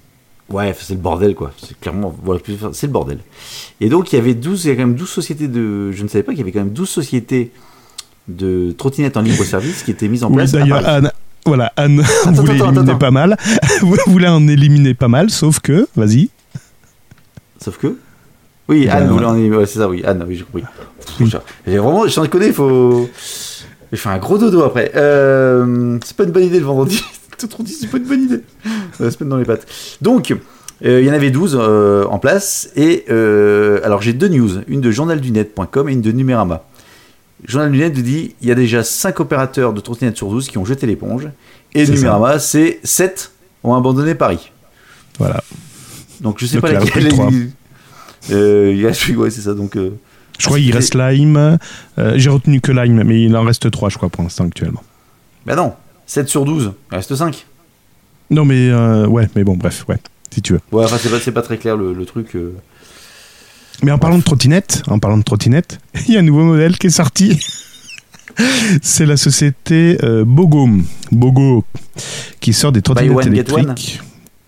Ouais, c'est le bordel, quoi. C'est clairement, voilà, c'est le bordel. Et donc, il y avait douze, il y a quand même douze sociétés de. Je ne savais pas qu'il y avait quand même douze sociétés de trottinettes en libre service qui étaient mises en oui, place. D'ailleurs, Anne, voilà, Anne attends, voulait attends, éliminer attends. pas mal. voulait en éliminer pas mal, sauf que, vas-y. Sauf que. Oui, Ben, Anne voulait en éliminer. Ouais, c'est ça, oui, Anne, oui, j'ai compris. Oui. J'ai vraiment, je t'en connais, il faut. Je fais un gros dodo après. Euh... C'est pas une bonne idée le vendredi. Tout dit, c'est pas une bonne idée. On va se mettre dans les pattes. Donc, euh, il y en avait douze euh, en place. Et euh, alors, j'ai deux news. Une de journal du net point com et une de Numérama. Journal du net dit il y a déjà cinq opérateurs de trottinettes sur douze qui ont jeté l'éponge. Et C'est Numérama, c'est sept ont abandonné Paris. Voilà. Donc, je sais Donc, pas il en laquelle. reste trois. Euh, il reste, ouais, c'est ça. Donc, euh... Je crois qu'il reste Lime. Euh, j'ai retenu que Lime, mais il en reste trois, je crois, pour l'instant, actuellement. Ben non, sept sur douze, il reste cinq. Non, mais euh, ouais, mais bon, bref, ouais, si tu veux. Ouais, enfin, c'est pas, c'est pas très clair le, le truc. Euh... Mais en parlant de trottinette, en parlant de trottinette, il y a un nouveau modèle qui est sorti. C'est la société euh, Bogo, Bogo, qui sort des trottinettes Buy one, get électriques.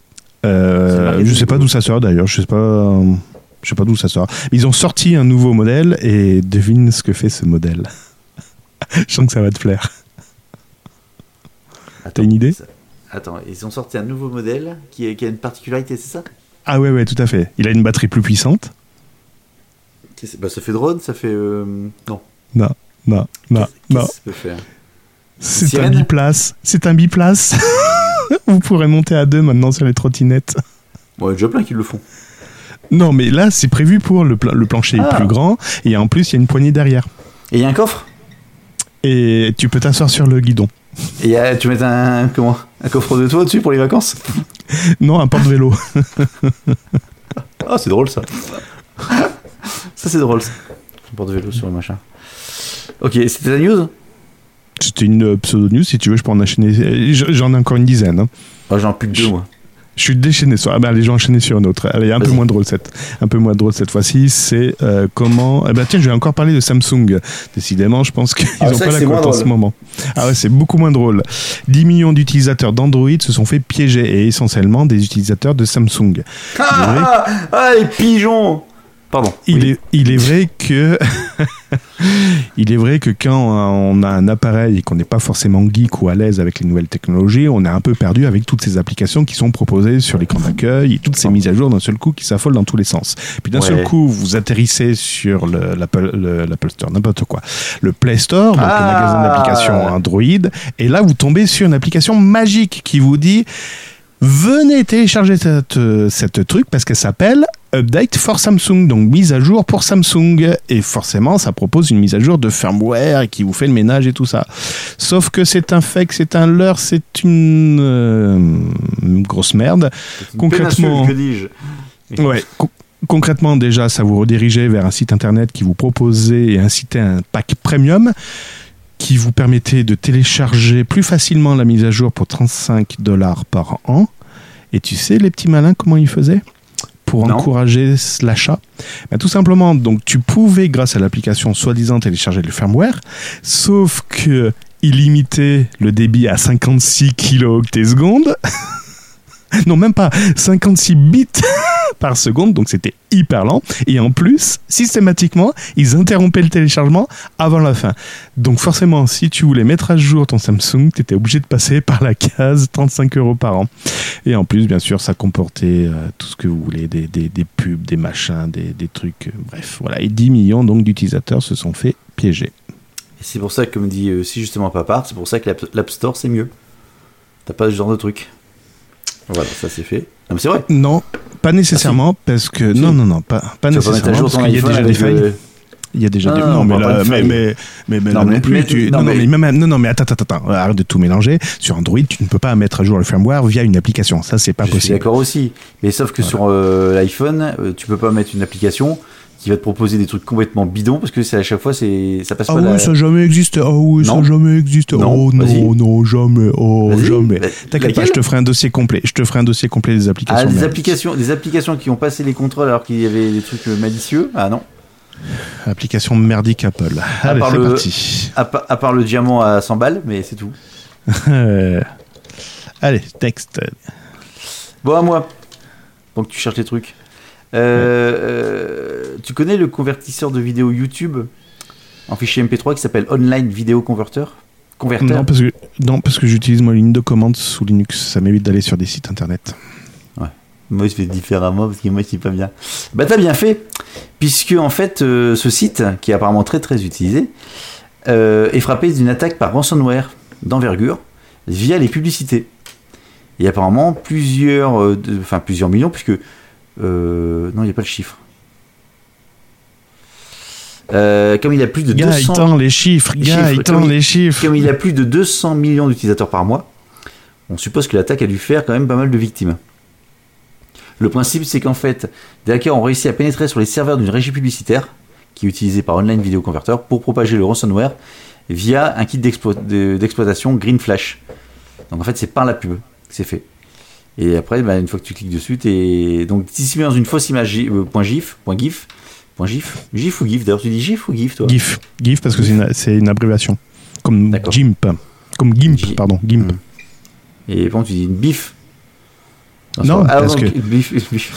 Euh, je sais pas d'où ça sort d'ailleurs, je sais pas, euh, je sais pas d'où ça sort. Ils ont sorti un nouveau modèle et devine ce que fait ce modèle. Je sens que ça va te plaire. Attends, T'as une idée ? ça... Attends, ils ont sorti un nouveau modèle qui a, qui a une particularité, c'est ça ? Ah ouais, ouais, tout à fait. Il a une batterie plus puissante. C'est, bah, ça fait drone, ça fait... Euh... Non. Non, non, non, Qu'est-ce, non. qu'est-ce que ça peut faire ? C'est un sirène biplace. C'est un biplace. Vous pourrez monter à deux maintenant sur les trottinettes. Bon, il y a déjà plein qui le font. Non, mais là, c'est prévu pour le, pla- le plancher Ah. est plus grand et en plus, il y a une poignée derrière. Et il y a un coffre ? Et tu peux t'asseoir sur le guidon. Et y a, tu mets un... Comment ? Un coffre de toit dessus pour les vacances ? Non, un porte-vélo. Ah, c'est drôle, ça. Ça, c'est drôle, ça. Un porte-vélo sur le machin. Ok, c'était la news ? C'était une pseudo-news, si tu veux, je peux en enchaîner. J'en ai encore une dizaine. Hein. Ah, j'en ai plus que deux, moi. Je suis déchaîné sur. Ah ben, allez, je vais enchaîner sur une autre. Allez, un Vas-y. peu moins drôle cette, un peu moins drôle cette fois-ci. C'est euh, comment. Eh ben tiens, je vais encore parler de Samsung. Décidément, je pense qu'ils Ah, n'ont ça, pas la c'est moins cote en drôle. ce moment. Ah ouais, c'est beaucoup moins drôle. dix millions d'utilisateurs d'Android se sont fait piéger et essentiellement des utilisateurs de Samsung. Ah, ah, ah, les pigeons ! Pardon. Il Oui. est, il est vrai que, il est vrai que quand on a un appareil et qu'on n'est pas forcément geek ou à l'aise avec les nouvelles technologies, on est un peu perdu avec toutes ces applications qui sont proposées sur l'écran d'accueil et toutes ces mises à jour d'un seul coup qui s'affolent dans tous les sens. Puis d'un Ouais. seul coup, vous atterrissez sur le, l'Apple, le- l'Apple Store, n'importe quoi, le Play Store, donc Ah. le magasin d'applications Android, et là vous tombez sur une application magique qui vous dit venez télécharger cette, euh, cette truc parce qu'elle s'appelle Update for Samsung, donc mise à jour pour Samsung. Et forcément, ça propose une mise à jour de firmware qui vous fait le ménage et tout ça. Sauf que c'est un fake, c'est un leurre, c'est une, euh, une grosse merde. C'est une Concrètement- péninsule, que dis-je ? Ouais. Con- concrètement, déjà, ça vous redirigeait vers un site internet qui vous proposait et incitait un pack premium qui vous permettait de télécharger plus facilement la mise à jour pour trente-cinq dollars par an. Et tu sais, les petits malins, comment ils faisaient pour Non. encourager l'achat? Ben, tout simplement, donc tu pouvais, grâce à l'application, soi-disant télécharger le firmware, sauf que il limitait le débit à cinquante-six kilooctets secondes. Non, même pas, cinquante-six bits par seconde, donc c'était hyper lent. Et en plus, systématiquement, ils interrompaient le téléchargement avant la fin. Donc forcément, si tu voulais mettre à jour ton Samsung, tu étais obligé de passer par la case trente-cinq euros par an. Et en plus, bien sûr, ça comportait euh, tout ce que vous voulez, des, des, des pubs, des machins, des, des trucs, euh, bref. Voilà. Et dix millions donc d'utilisateurs se sont fait piéger. Et c'est pour ça, comme dit euh, si justement Papa, c'est pour ça que l'App, l'App Store c'est mieux. T'as pas ce genre de truc. Voilà, ça c'est fait. Non mais c'est vrai. Non, pas nécessairement, parce que... Si. Non, non, non, pas, pas Tu vas pas mettre à nécessairement, jour parce ton qu'il y a iPhone déjà des avec failles. le- Il y a déjà Non, des... non, Non, on mais parle là, pas de mais, failles. mais, mais, mais Non, là mais- non plus, mais- tu... non, Non, non, mais- mais même... Non, non, mais attends, attends, attends, arrête de tout mélanger. Sur Android, tu ne peux pas mettre à jour le firmware via une application. Ça, c'est pas Je suis possible. d'accord aussi. Mais sauf que Voilà. sur euh, l'iPhone, euh, tu peux pas mettre une application qui va te proposer des trucs complètement bidons parce que c'est à chaque fois c'est ça passe Ah pas oui, la... ça n'a jamais existé. Ah oui, ça Non. n'a jamais existé. Non, Oh vas-y. non, non, jamais. Oh, Vas-y. jamais. Bah, T'inquiète pas, laquelle je te ferai un dossier complet. Je te ferai un dossier complet des Ah, applications. des merdiques. applications, des applications qui ont passé les contrôles alors qu'il y avait des trucs euh, malicieux. Ah non. Application merdique Apple. Allez, part c'est le- parti. À, pa- à part le diamant à cent balles, mais c'est tout. Euh, Allez, texte. Bon à moi. pendant que tu cherches les trucs. Euh, euh, tu connais le convertisseur de vidéo YouTube en fichier M P trois qui s'appelle Online Video Converter? Converter. Non, parce que, non, parce que j'utilise moi une ligne de commande sous Linux. Ça m'évite d'aller sur des sites internet. Ouais. Moi, je fais différemment parce que moi, je suis pas bien. Bah, t'as bien fait, puisque en fait, euh, ce site, qui est apparemment très très utilisé, euh, est frappé d'une attaque par ransomware d'envergure via les publicités. Et apparemment, plusieurs, euh, de, enfin plusieurs millions, puisque euh, non, il n'y a pas le chiffre. Euh, comme il a plus de deux cents... Gaëtan, les chiffres, Gaëtan, les chiffres. Comme il a plus de deux cents millions d'utilisateurs par mois, on suppose que l'attaque a dû faire quand même pas mal de victimes. Le principe, c'est qu'en fait, des hackers ont réussi à pénétrer sur les serveurs d'une régie publicitaire, qui est utilisée par Online Video Converter, pour propager le ransomware via un kit d'explo- de, d'exploitation Green Flash. Donc en fait, c'est par la pub que c'est fait. Et après, bah, une fois que tu cliques dessus, t'es... donc dissimulé dans une fausse image euh, .gif, .gif, .gif, GIF ou GIF, d'ailleurs tu dis GIF ou GIF toi? GIF, GIF parce que c'est une, c'est une abréviation. Comme D'accord. GIMP. Comme GIMP, G- pardon, GIMP. Mmh. Et bon, tu dis une bif. Non, ah, parce donc, que... Bif, bif.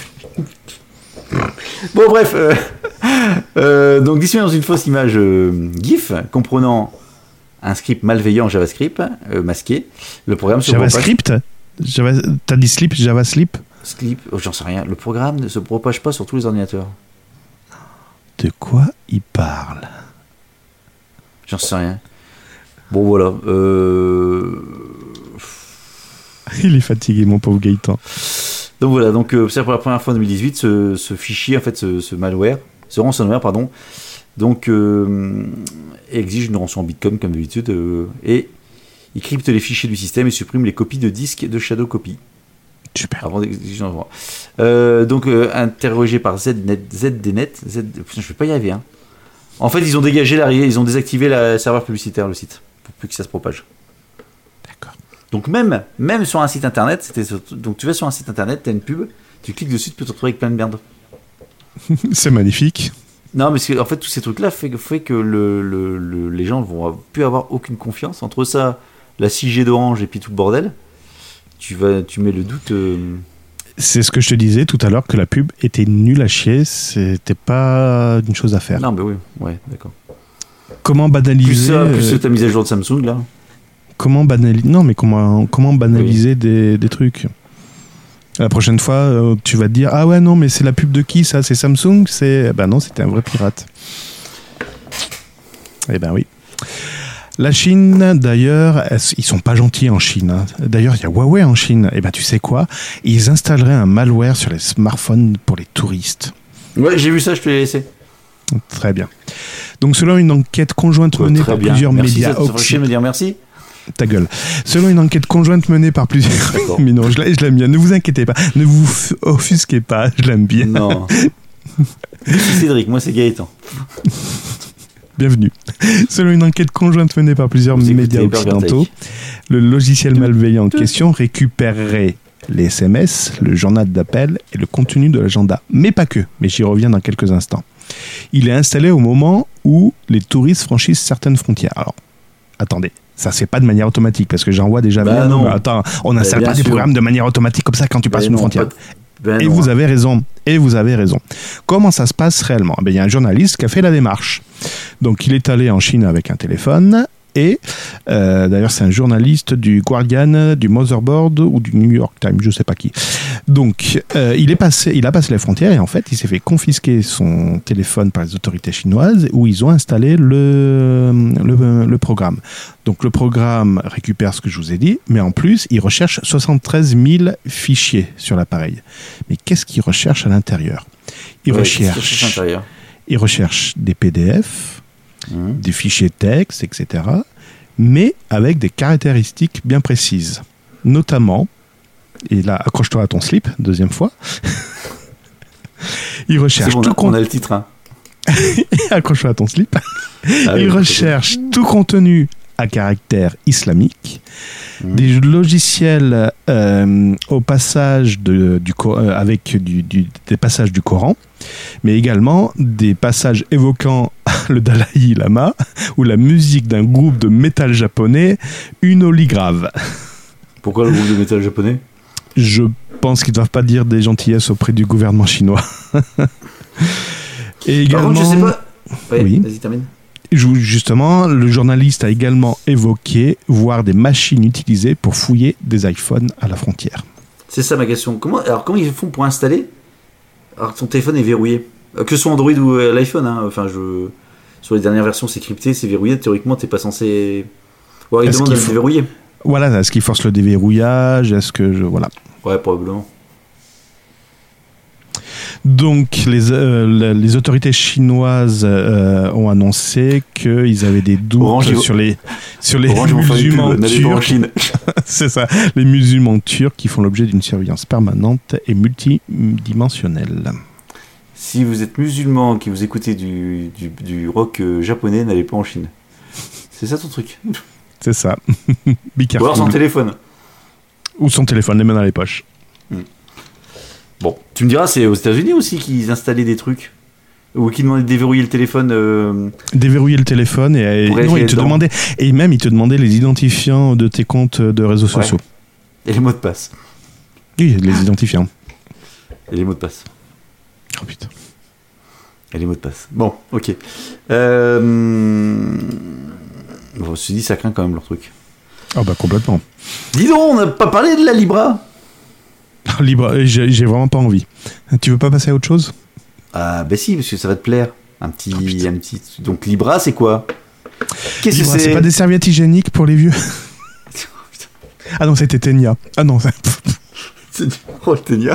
Bon, bref. Euh, euh, donc, dissimulé dans une fausse image euh, GIF, comprenant un script malveillant JavaScript, euh, masqué, le programme se JavaScript Java... T'as dit slip, JavaScript Slip, oh, j'en sais rien. Le programme ne se propage pas sur tous les ordinateurs. De quoi il parle? J'en sais rien. Bon, voilà. Euh... Il est fatigué, mon pauvre Gaëtan. Donc voilà, donc euh, c'est pour la première fois en deux mille dix-huit, ce, ce fichier, en fait, ce, ce malware, ce ransomware, pardon, donc euh, exige une rançon en Bitcoin comme d'habitude, euh, et il crypte les fichiers du système et supprime les copies de disques de Shadow Copy. Super. Avant d'exiger un droit. Euh, donc euh, interrogé par ZNet, ZDNet, Z, putain, je vais pas y arriver. Hein. En fait, ils ont dégagé la, ils ont désactivé la serveur publicitaire, le site, pour plus que ça se propage. D'accord. Donc même, même sur un site internet, c'était sur, donc tu vas sur un site internet, t'as une pub, tu cliques dessus, tu peux te retrouver avec plein de merde. C'est magnifique. Non, mais c'est, en fait, tous ces trucs-là fait, fait que le, le, le, les gens vont plus avoir aucune confiance. Entre ça, la six G d'Orange et puis tout le bordel, tu, vas, tu mets le doute... Euh... C'est ce que je te disais tout à l'heure, que la pub était nulle à chier, c'était pas une chose à faire. Non, mais oui, ouais, d'accord. Comment banaliser... Plus ça, plus euh, ta mise à jour de Samsung, là. Comment banaliser... Non, mais comment, comment banaliser oui. des, des trucs? La prochaine fois, euh, tu vas te dire, ah ouais, non, mais c'est la pub de qui, ça? C'est Samsung? C'est... Ben non, c'était un vrai pirate. Eh ben oui. La Chine, d'ailleurs, ils sont pas gentils en Chine. Hein. D'ailleurs, il y a Huawei en Chine. Et ben, tu sais quoi? Ils installeraient un malware sur les smartphones pour les touristes. Ouais, j'ai vu ça, je te l'ai laissé. Très bien. Donc, selon une enquête conjointe menée ouais, par bien. plusieurs merci, médias occidentaux, me dire merci. Ta gueule. Selon une enquête conjointe menée par plusieurs. Mais non, je l'aime bien. Ne vous inquiétez pas. Ne vous offusquez pas. Je l'aime bien. Non. C'est Cédric, moi c'est Gaëtan. Bienvenue. Selon une enquête conjointe menée par plusieurs Vous médias occidentaux, le logiciel malveillant en question récupérerait les S M S, le journal d'appel et le contenu de l'agenda. Mais pas que, mais j'y reviens dans quelques instants. Il est installé au moment où les touristes franchissent certaines frontières. Alors, attendez, ça se fait pas de manière automatique, parce que j'en vois déjà... Bah bien, non. Attends, on n'installe bah, pas sûr. des programmes de manière automatique comme ça quand tu passes bah une non, frontière. Pas... Ben et non. vous avez raison. Et vous avez raison. Comment ça se passe réellement? Ben, il y a un journaliste qui a fait la démarche. Donc, il est allé en Chine avec un téléphone. Et euh, d'ailleurs, c'est un journaliste du Guardian, du Motherboard ou du New York Times, je ne sais pas qui. Donc, euh, il est passé, il a passé les frontières et en fait, il s'est fait confisquer son téléphone par les autorités chinoises où ils ont installé le, le, le programme. Donc, le programme récupère ce que je vous ai dit, mais en plus, il recherche soixante-treize mille fichiers sur l'appareil. Mais qu'est-ce qu'il recherche à l'intérieur? Il, ouais, recherche, il recherche des P D F, mmh. des fichiers texte, et cetera, mais avec des caractéristiques bien précises. Notamment, et là, accroche-toi à ton slip, deuxième fois, il recherche bon, tout... On, con... on a le titre, hein. Accroche-toi à ton slip. Ah, il oui, recherche tout contenu à caractère islamique, mmh. des logiciels euh, au passage de, du, euh, avec du, du, des passages du Coran, mais également des passages évoquant le Dalai Lama ou la musique d'un groupe de métal japonais, Unoligrave. Pourquoi le groupe de métal japonais? Je pense qu'ils ne doivent pas dire des gentillesses auprès du gouvernement chinois. Et également... Par contre, je sais pas... Ouais, oui. Vas-y, termine. Justement, le journaliste a également évoqué voir des machines utilisées pour fouiller des iPhones à la frontière. C'est ça ma question. Comment, alors, comment ils font pour installer alors que ton téléphone est verrouillé ? Que ce soit Android ou euh, l'iPhone, hein. Enfin, je... sur les dernières versions, c'est crypté, c'est verrouillé. Théoriquement, t'es pas censé... Ouais, ils demandent de le déverrouiller. Voilà, est-ce qu'il force le déverrouillage ? Est-ce que je... Voilà. Ouais, probablement. Donc, les, euh, les autorités chinoises euh, ont annoncé qu'ils avaient des doutes Orange, sur les, sur les Orange, musulmans turcs. C'est ça, les musulmans turcs qui font l'objet d'une surveillance permanente et multidimensionnelle. Si vous êtes musulman, qui vous écoutez du, du, du rock euh, japonais, n'allez pas en Chine. C'est ça ton truc. C'est ça. Be careful. Ou alors son téléphone. Ou son téléphone, les mains dans les poches. Hmm. Bon, tu me diras, c'est aux États-Unis aussi qu'ils installaient des trucs ou qu'ils demandaient de déverrouiller le téléphone. Euh... Déverrouiller le téléphone et, et non, ils te demandaient et même ils te demandaient les identifiants de tes comptes de réseaux ouais. sociaux. Et les mots de passe. Oui, les identifiants. Et les mots de passe. Oh putain. Et les mots de passe. Bon, ok. Euh... Bon, je me suis dit, ça craint quand même leur truc. Ah oh bah complètement. Dis donc, on n'a pas parlé de la Libra. Libra, j'ai, j'ai vraiment pas envie. Tu veux pas passer à autre chose ? Ah bah si, parce que ça va te plaire. Un petit, oh, un petit. Donc Libra, c'est quoi ? Qu'est-ce Libra, que c'est ? C'est pas des serviettes hygiéniques pour les vieux ? Ah non, c'était Ténia. Ah non, ça... c'est du... Oh, Ténia.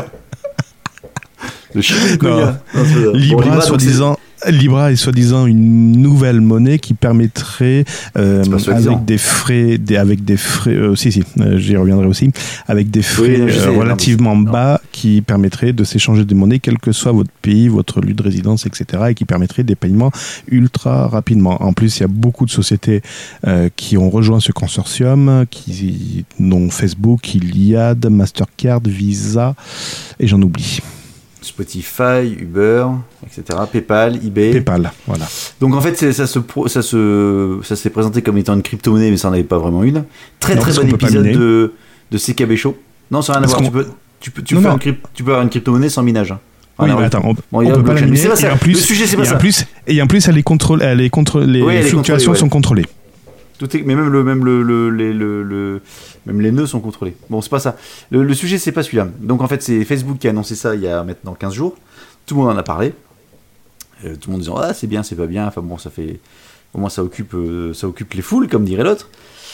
Le chien de Konya. Libra, bon, Libra soi-disant. Libra est soi-disant une nouvelle monnaie qui permettrait euh, avec des frais des, avec des frais euh, si si euh, j'y reviendrai aussi avec des frais oui, euh, relativement non, bas non. qui permettraient de s'échanger des monnaies quel que soit votre pays, votre lieu de résidence, etc., et qui permettrait des paiements ultra rapidement. En plus, il y a beaucoup de sociétés euh, qui ont rejoint ce consortium, qui dont Facebook, Iliad, Mastercard, Visa et j'en oublie. Spotify, Uber, et cetera, PayPal, eBay. PayPal, voilà. Donc en fait, c'est, ça, se, ça, se, ça s'est présenté comme étant une crypto-monnaie, mais ça n'en avait pas vraiment une. Très non, très bon épisode de, de C K B Show. Non, ça n'a rien à voir. Tu peux, tu peux, tu non, peux non. Crypt, tu peux avoir une crypto-monnaie sans minage. Hein. Oui, mais attends, on, bon, on peut pas la miner. Et en plus, le sujet, c'est pas ça. Plus, et en plus, elle est contrôlée. Elle est contre, les oui, fluctuations ouais. sont contrôlées. Tout est, mais même le, même le, le, le, le, le, même les nœuds sont contrôlés. Bon, c'est pas ça. Le, le sujet, c'est pas celui-là. Donc en fait, c'est Facebook qui a annoncé ça il y a maintenant quinze jours. Tout le monde en a parlé. Euh, tout le monde disant ah c'est bien, c'est pas bien. Enfin bon, ça fait au moins ça occupe, euh, ça occupe les foules, comme dirait l'autre.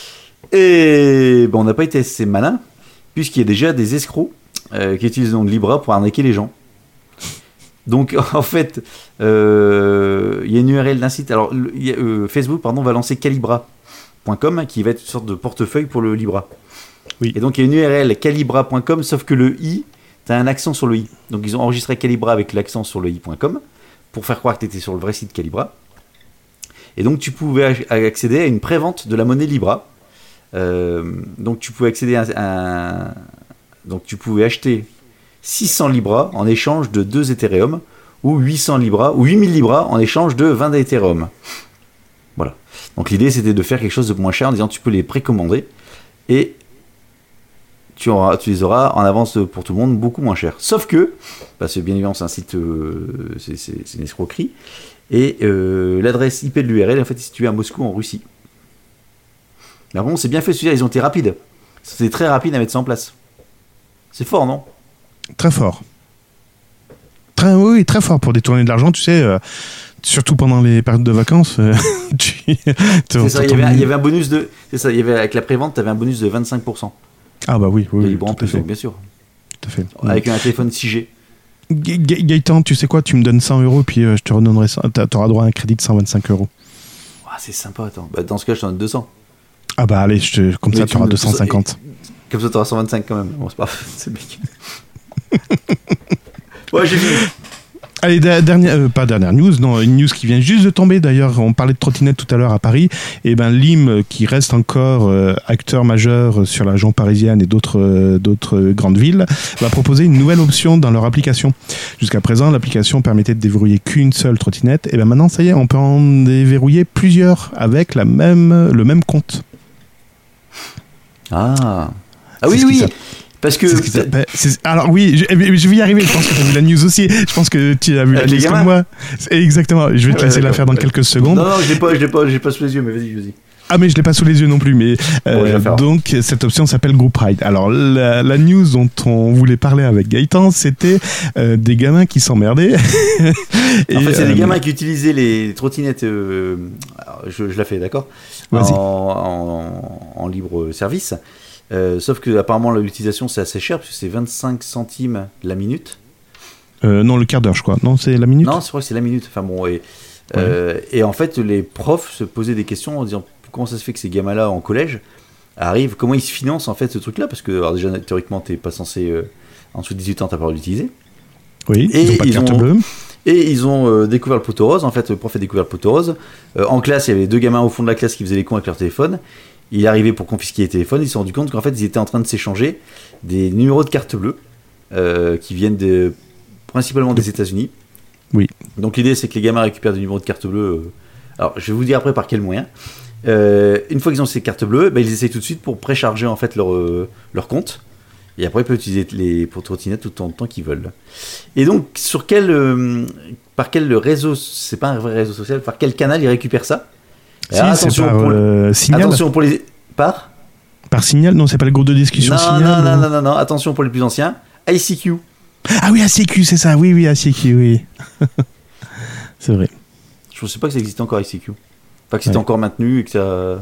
Et bon, on n'a pas été assez malin puisqu'il y a déjà des escrocs euh, qui utilisent donc Libra pour arnaquer les gens. Donc en fait, euh, il y a une U R L d'un site. Alors le, y a, euh, Facebook, pardon, va lancer Calibra. .com qui va être une sorte de portefeuille pour le Libra. Oui. Et donc il y a une U R L calibra point com, sauf que le i, t'as un accent sur le i. Donc ils ont enregistré Calibra avec l'accent sur le i point com pour faire croire que t'étais sur le vrai site Calibra. Et donc tu pouvais accéder à une prévente de la monnaie Libra. Euh, donc tu pouvais accéder à un, donc tu pouvais acheter six cents Libra en échange de deux Ethereum ou huit cents Libra ou huit mille Libra en échange de vingt Ethereum. Voilà. Donc l'idée c'était de faire quelque chose de moins cher en disant tu peux les précommander et tu, auras, tu les auras en avance pour tout le monde beaucoup moins cher. Sauf que, parce que bien évidemment c'est un site, euh, c'est, c'est, c'est une escroquerie, et euh, l'adresse I P de l'U R L en fait est située à Moscou en Russie. Mais bon, c'est bien fait, c'est-à-dire ils ont été rapides. C'est très rapide à mettre ça en place. C'est fort, non ? Très fort. Très, oui, très fort pour détourner de l'argent, tu sais... Euh... Surtout pendant les périodes de vacances, euh, tu, c'est ça, il y, avait un, il y avait un bonus de, c'est ça, il y avait avec la prévente, tu avais un bonus de vingt-cinq pour cent. Ah bah oui, oui, oui tout à fait. Bien sûr. Tout à fait. Avec un téléphone six G. Gaëtan, tu sais quoi, tu me donnes cent euros, puis euh, je te redonnerai, tu auras droit à un crédit de cent vingt-cinq euros. Ah, c'est sympa, attends. Bah, dans ce cas, je t'en donne deux cents. Ah bah allez, je te, comme mais ça, tu auras deux cent cinquante. Comme ça, tu auras cent vingt-cinq quand même. Bon, c'est pas c'est mec. Ouais, j'ai fini. Allez, dernière, euh, pas dernière news, non, une news qui vient juste de tomber. D'ailleurs, on parlait de trottinette tout à l'heure à Paris. Et ben, Lim, qui reste encore euh, acteur majeur sur la région parisienne et d'autres euh, d'autres grandes villes, va proposer une nouvelle option dans leur application. Jusqu'à présent, l'application permettait de déverrouiller qu'une seule trottinette. Et ben maintenant, ça y est, on peut en déverrouiller plusieurs avec la même le même compte. Ah, ah oui, oui. Parce que. C'est ce que c'est... Alors oui, je, je vais y arriver. Je pense que tu as vu la news aussi. Je pense que tu as vu Avec la news comme moi. Exactement. Je vais te ouais, laisser d'accord. la faire dans quelques secondes. Non, non, je l'ai pas, je l'ai pas, je l'ai pas sous les yeux, mais vas-y, vas-y. Ah mais je l'ai pas sous les yeux non plus, mais euh, bon, donc cette option s'appelle Group Ride. Alors la, la news dont on voulait parler avec Gaëtan, c'était euh, des gamins qui s'emmerdaient. Et en fait, c'est euh, des gamins qui utilisaient les trottinettes. Euh, je, je la fais, d'accord. En, en, en libre service. Euh, sauf que apparemment l'utilisation c'est assez cher, parce que c'est vingt-cinq centimes la minute. Euh, non, le quart d'heure, je crois. Non, c'est la minute. Non, c'est vrai que c'est la minute. Enfin bon, et, euh, et en fait, les profs se posaient des questions en disant comment ça se fait que ces gamins-là en collège arrivent, comment ils se financent en fait ce truc-là, parce que alors déjà théoriquement t'es pas censé euh, en dessous de dix-huit ans t'as pas le droit d'utiliser. Oui. Et ils ont pas de ils carte ont, bleue. Et ils ont euh, découvert le poteau rose. En fait, le prof a découvert le poteau rose. Euh, en classe, il y avait deux gamins au fond de la classe qui faisaient les cons avec leur téléphone. Il est arrivé pour confisquer les téléphones. Ils se sont rendu compte qu'en fait, ils étaient en train de s'échanger des numéros de carte bleue euh, qui viennent de, principalement des États-Unis. Oui. Donc l'idée, c'est que les gamins récupèrent des numéros de carte bleue. Euh, alors, je vais vous dire après par quel moyen. Euh, une fois qu'ils ont ces cartes bleues, bah, ils essayent tout de suite pour précharger en fait leur, euh, leur compte. Et après, ils peuvent utiliser les pour trottinettes tout le temps qu'ils veulent. Et donc, sur quel, euh, par quel réseau, c'est pas un vrai réseau social, par quel canal ils récupèrent ça? Si, alors, c'est par pour euh, le... Signal. Attention pour les. Par Par Signal? Non, c'est pas le groupe de discussion non, Signal. Non, non, non, non, non, attention pour les plus anciens. I C Q. Ah oui, I C Q, c'est ça. Oui, oui, I C Q, oui. C'est vrai. Je ne sais pas que ça existait encore I C Q. Enfin, que c'était ouais. encore maintenu et que ça.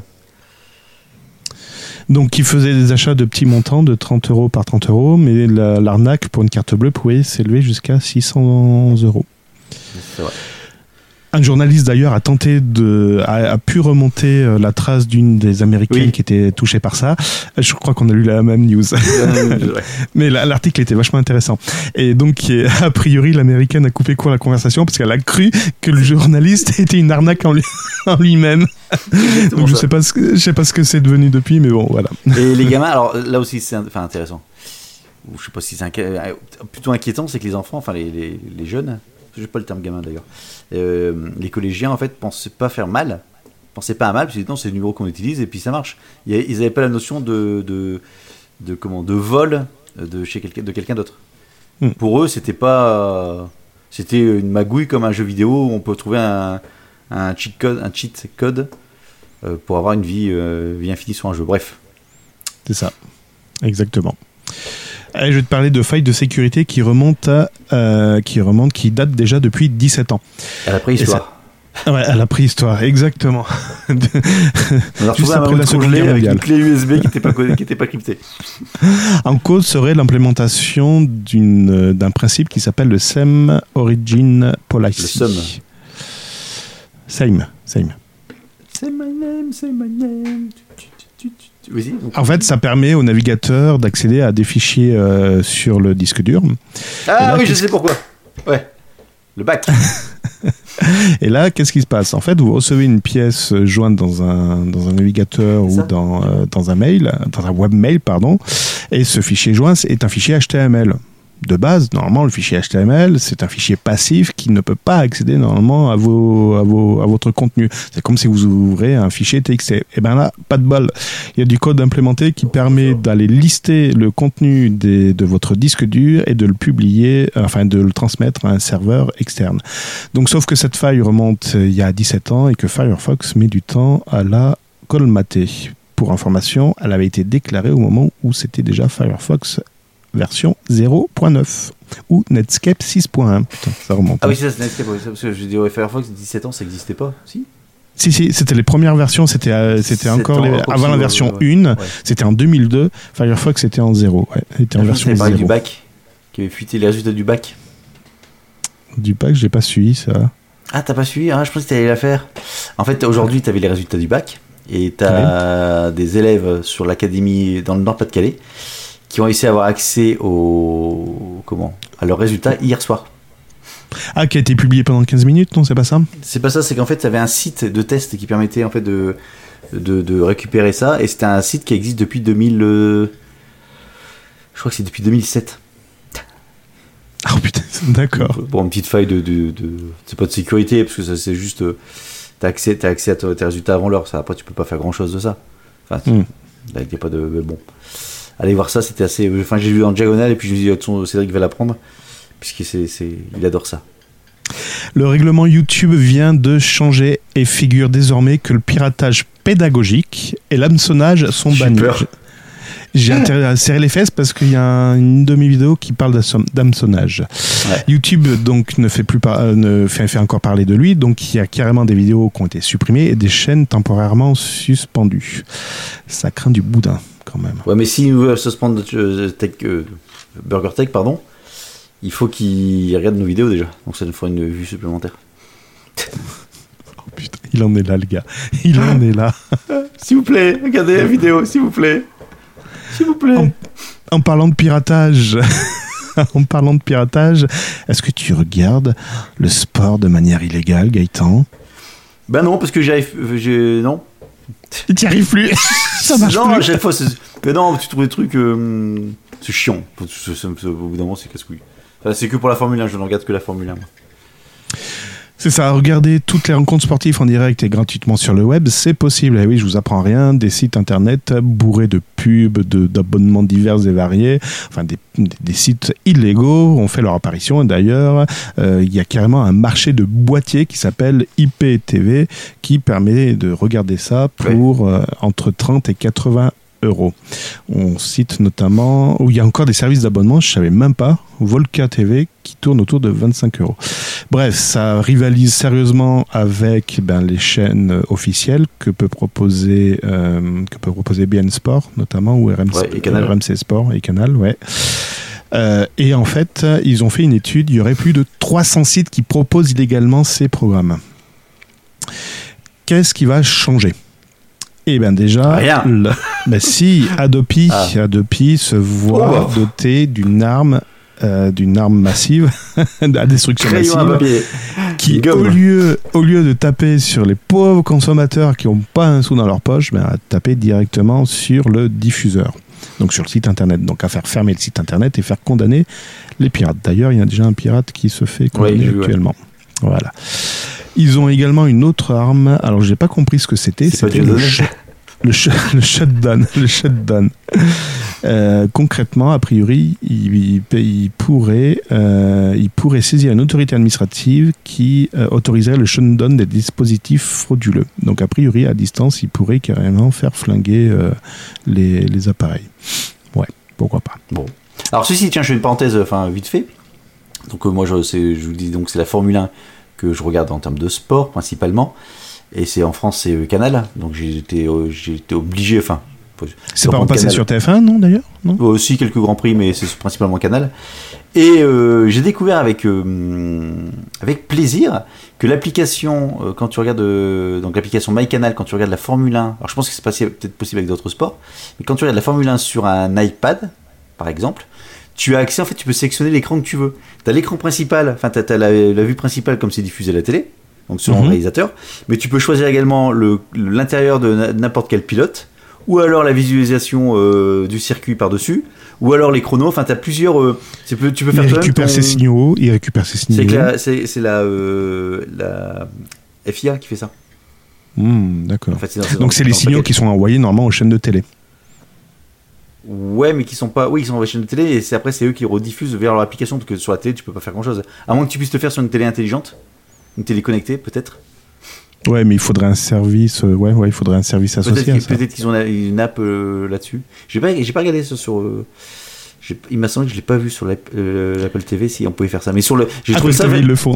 Donc, ils faisaient des achats de petits montants de trente euros par trente euros, mais la, l'arnaque pour une carte bleue pouvait s'élever jusqu'à six cents euros. C'est vrai. Un journaliste d'ailleurs a tenté de, a, a pu remonter euh, la trace d'une des Américaines oui. qui était touchée par ça. Je crois qu'on a lu la même news. Mais la, l'article était vachement intéressant. Et donc, a priori, l'Américaine a coupé court la conversation parce qu'elle a cru que le journaliste était une arnaque en, lui, en lui-même. Donc, je sais pas ce que, je sais pas ce que c'est devenu depuis, mais bon, voilà. Et les gamins, alors là aussi, c'est enfin, intéressant. Ou je sais pas si c'est inqui... plutôt inquiétant, c'est que les enfants, enfin les, les, les jeunes, je sais pas le terme gamin d'ailleurs, euh, les collégiens en fait pensaient pas faire mal, pensaient pas à mal, parce que non, c'est le numéro qu'on utilise et puis ça marche. Ils n'avaient pas la notion de, de, de, comment, de vol de, chez quelqu'un, de quelqu'un d'autre. Mm. Pour eux, c'était pas, c'était une magouille comme un jeu vidéo où on peut trouver un, un cheat code, un cheat code euh, pour avoir une vie, euh, vie infinie sur un jeu. Bref. C'est ça, exactement. Allez, je vais te parler de failles de sécurité qui remontent, à, euh, qui remontent, qui datent déjà depuis dix-sept ans. À la préhistoire. Ça... Ouais, à la préhistoire, exactement. Alors, juste après la Seconde Guerre mondiale. Avec une clé U S B qui n'était pas, qui n'était pas cryptée. En cause serait l'implémentation d'une, d'un principe qui s'appelle le Same Origin Policy. Le SOM. Same, Same. Say my name, say my name. Oui, en fait, ça permet au navigateur d'accéder à des fichiers euh, sur le disque dur. Ah là, oui, je sais pourquoi. Ouais, le bac. Et là, qu'est-ce qui se passe? En fait, vous recevez une pièce jointe dans un, dans un navigateur ou dans, euh, dans un mail, dans un webmail, pardon, et ce fichier joint est un fichier H T M L. De base, normalement, le fichier H T M L, c'est un fichier passif qui ne peut pas accéder normalement à, vos, à, vos, à votre contenu. C'est comme si vous ouvrez un fichier T X T. Et bien là, pas de bol. Il y a du code implémenté qui permet d'aller lister le contenu des, de votre disque dur et de le publier, enfin de le transmettre à un serveur externe. Donc, sauf que cette faille remonte il y a dix-sept ans et que Firefox met du temps à la colmater. Pour information, elle avait été déclarée au moment où c'était déjà Firefox version zéro point neuf ou Netscape six point un. Putain, ça remonte. Ah oui, c'est ça, c'est Netscape. Parce que je dis, ouais, Firefox, dix-sept ans, ça n'existait pas, si Si, si, c'était les premières versions, c'était, euh, c'était encore les, avant la version ouais, ouais. un, ouais. C'était en deux mille deux, Firefox était en zéro. Ouais, était en version zéro. Du bac, qui avait fuité les résultats du bac. Du bac, j'ai pas suivi ça. Ah, t'as pas suivi? Ah, je pensais que t'allais la faire. En fait, aujourd'hui, t'avais les résultats du bac, et t'as ouais. des élèves sur l'académie dans le Nord-Pas-de-Calais qui ont essayé d'avoir accès au, comment, à leurs résultats hier soir. Ah, qui a été publié pendant quinze minutes, non, c'est pas ça? C'est pas ça, c'est qu'en fait, tu avais un site de test qui permettait en fait de, de, de récupérer ça, et c'était un site qui existe depuis deux mille... Euh, je crois que c'est depuis deux mille sept. Oh putain, d'accord. Pour une petite faille de... de, de c'est pas de sécurité, parce que ça, c'est juste... T'as accès, t'as accès à tes résultats avant l'heure, ça, après tu peux pas faire grand chose de ça. Enfin, il mm. n'y a pas de... Bon... aller voir ça, c'était assez. Enfin, j'ai vu en diagonale et puis je me suis dit, Cédric va l'apprendre, puisque c'est, c'est, il adore ça. Le règlement YouTube vient de changer et figure désormais que le piratage pédagogique et l'hameçonnage sont bannis. Peur. J'ai intérêt à serrer les fesses parce qu'il y a une de mes vidéos qui parle d'hameçonnage. Ouais. YouTube donc ne fait plus par, ne fait, fait encore parler de lui, donc il y a carrément des vidéos qui ont été supprimées et des chaînes temporairement suspendues. Ça craint du boudin quand même. Ouais, mais s'il veut suspendre euh, tech, euh, Burger Tech, pardon, il faut qu'il regarde nos vidéos déjà, donc ça nous fera une vue supplémentaire. Oh putain, il en est là le gars, il en est là. S'il vous plaît, regardez la vidéo, s'il vous plaît. S'il vous plaît. En, en parlant de piratage, en parlant de piratage, est-ce que tu regardes le sport de manière illégale, Gaëtan ? Ben non, parce que j'arrive, j'ai non. Tu n'y arrives plus. Ça marche non, plus. à chaque fois, c'est... mais non, tu trouves des trucs, euh... c'est chiant. Au bout d'un moment, c'est casse-couille. Enfin, c'est que pour la Formule un, je ne regarde que la Formule un. Moi. C'est ça, regarder toutes les rencontres sportives en direct et gratuitement sur le web, c'est possible. Et oui, je vous apprends rien, des sites internet bourrés de pubs, de, d'abonnements divers et variés, enfin des, des, des sites illégaux ont fait leur apparition. Et d'ailleurs, euh, il y a carrément un marché de boîtiers qui s'appelle I P T V qui permet de regarder ça pour ouais. euh, entre trente et quatre-vingts euros. On cite notamment, où il y a encore des services d'abonnement, je ne savais même pas, Volca T V qui tourne autour de vingt-cinq euros. Bref, ça rivalise sérieusement avec ben, les chaînes officielles que peut proposer, euh, que peut proposer B N Sport notamment, ou R M C, ouais, et Canal. R M C Sport et Canal, ouais. Euh, et en fait, ils ont fait une étude, il y aurait plus de trois cents sites qui proposent illégalement ces programmes. Qu'est-ce qui va changer ? Eh bien déjà, rien. Le, ben si, Adopi, ah. Adopi se voit oh. doté d'une arme, euh, d'une arme massive, à destruction Crayon massive, qui au lieu, au lieu de taper sur les pauvres consommateurs qui n'ont pas un sou dans leur poche, ben, à taper directement sur le diffuseur, donc sur le site internet, donc à faire fermer le site internet et faire condamner les pirates. D'ailleurs, il y a déjà un pirate qui se fait condamner oui, actuellement. Ouais. Voilà. Ils ont également une autre arme. Alors, j'ai pas compris ce que c'était. C'est c'était le, sh- le, sh- le shutdown. Le shutdown. Euh, concrètement, a priori, il, il, il pourrait, euh, il pourrait saisir une autorité administrative qui euh, autoriserait le shutdown des dispositifs frauduleux. Donc, a priori, à distance, il pourrait carrément faire flinguer euh, les, les appareils. Ouais, pourquoi pas. Bon. Alors, ceci, tiens, je fais une parenthèse, enfin, vite fait. Donc, euh, moi, je, c'est, je vous dis, donc, c'est la Formule un que je regarde en termes de sport principalement, et c'est en France c'est Canal, donc j'ai été euh, j'ai été obligé, enfin c'est pas repassé sur T F un non d'ailleurs non euh, aussi quelques grands prix, mais c'est principalement Canal. Et euh, j'ai découvert avec euh, avec plaisir que l'application euh, quand tu regardes euh, donc l'application MyCanal quand tu regardes la Formule un, alors je pense que c'est pas, peut-être possible avec d'autres sports, mais quand tu regardes la Formule un sur un iPad par exemple, tu as accès, en fait, tu peux sélectionner l'écran que tu veux. Tu as l'écran principal, enfin, tu as la, la vue principale comme c'est diffusé à la télé, donc selon mm-hmm. le réalisateur, mais tu peux choisir également le, l'intérieur de n'importe quel pilote, ou alors la visualisation euh, du circuit par-dessus, ou alors les chronos, enfin, tu as plusieurs. Euh, tu peux, tu peux faire il récupère ton... ses signaux, il récupère ses signaux. C'est, que la, c'est, c'est la, euh, la F I A qui fait ça. Mmh, d'accord. En fait, c'est dans, donc, c'est les signaux qui sont envoyés normalement aux chaînes de télé. Ouais, mais qui sont pas. Oui, ils sont sur la chaîne de télé et c'est après c'est eux qui rediffusent vers leur application parce que sur la télé tu peux pas faire grand chose. À moins que tu puisses le faire sur une télé intelligente, une télé connectée peut-être. Ouais, mais il faudrait un service. Euh, ouais, ouais, il faudrait un service associé. Peut-être, à ça. peut-être qu'ils ont une app euh, là-dessus. J'ai pas, j'ai pas regardé ça sur. Euh, j'ai, il m'a semblé que je l'ai pas vu sur l'Apple, euh, l'Apple T V si on pouvait faire ça. Mais sur le, j'ai Apple trouvé ça. T V, ils le font.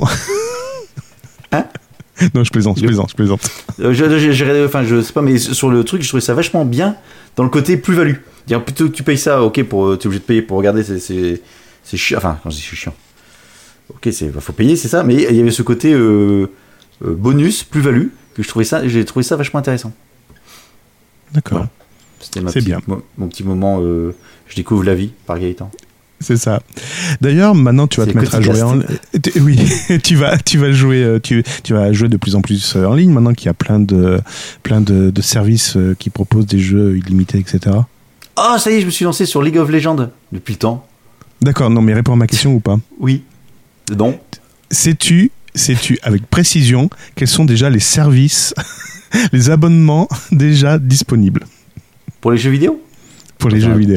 Hein? Non, je plaisante, je, je plaisante, je plaisante. Euh, je, je, je, enfin, je sais pas, mais sur le truc, je trouvais ça vachement bien dans le côté plus-value. Dire plutôt que tu payes ça, ok, pour, t'es obligé de payer pour regarder, c'est, c'est, c'est chiant. Enfin, quand je dis c'est chiant, ok, c'est, faut payer, c'est ça, mais il y avait ce côté euh, euh, bonus, plus-value, que je trouvais ça, j'ai trouvé ça vachement intéressant. D'accord. Voilà. C'était ma c'est petit, bien. Mon, mon petit moment, euh, je découvre la vie par Gaëtan. C'est ça. D'ailleurs, maintenant, tu vas c'est te mettre à jouer en ligne. Oui, tu vas, tu vas jouer, tu, tu vas jouer de plus en plus en ligne. Maintenant qu'il y a plein de, plein de, de services qui proposent des jeux illimités, et cetera. Ah, oh, ça y est, je me suis lancé sur League of Legends depuis le temps. D'accord. Non, mais réponds à ma question ou pas? Oui. Non. Sais-tu, sais-tu avec précision quels sont déjà les services, les abonnements déjà disponibles pour les jeux vidéo? Pour les Attends, jeux vidéo.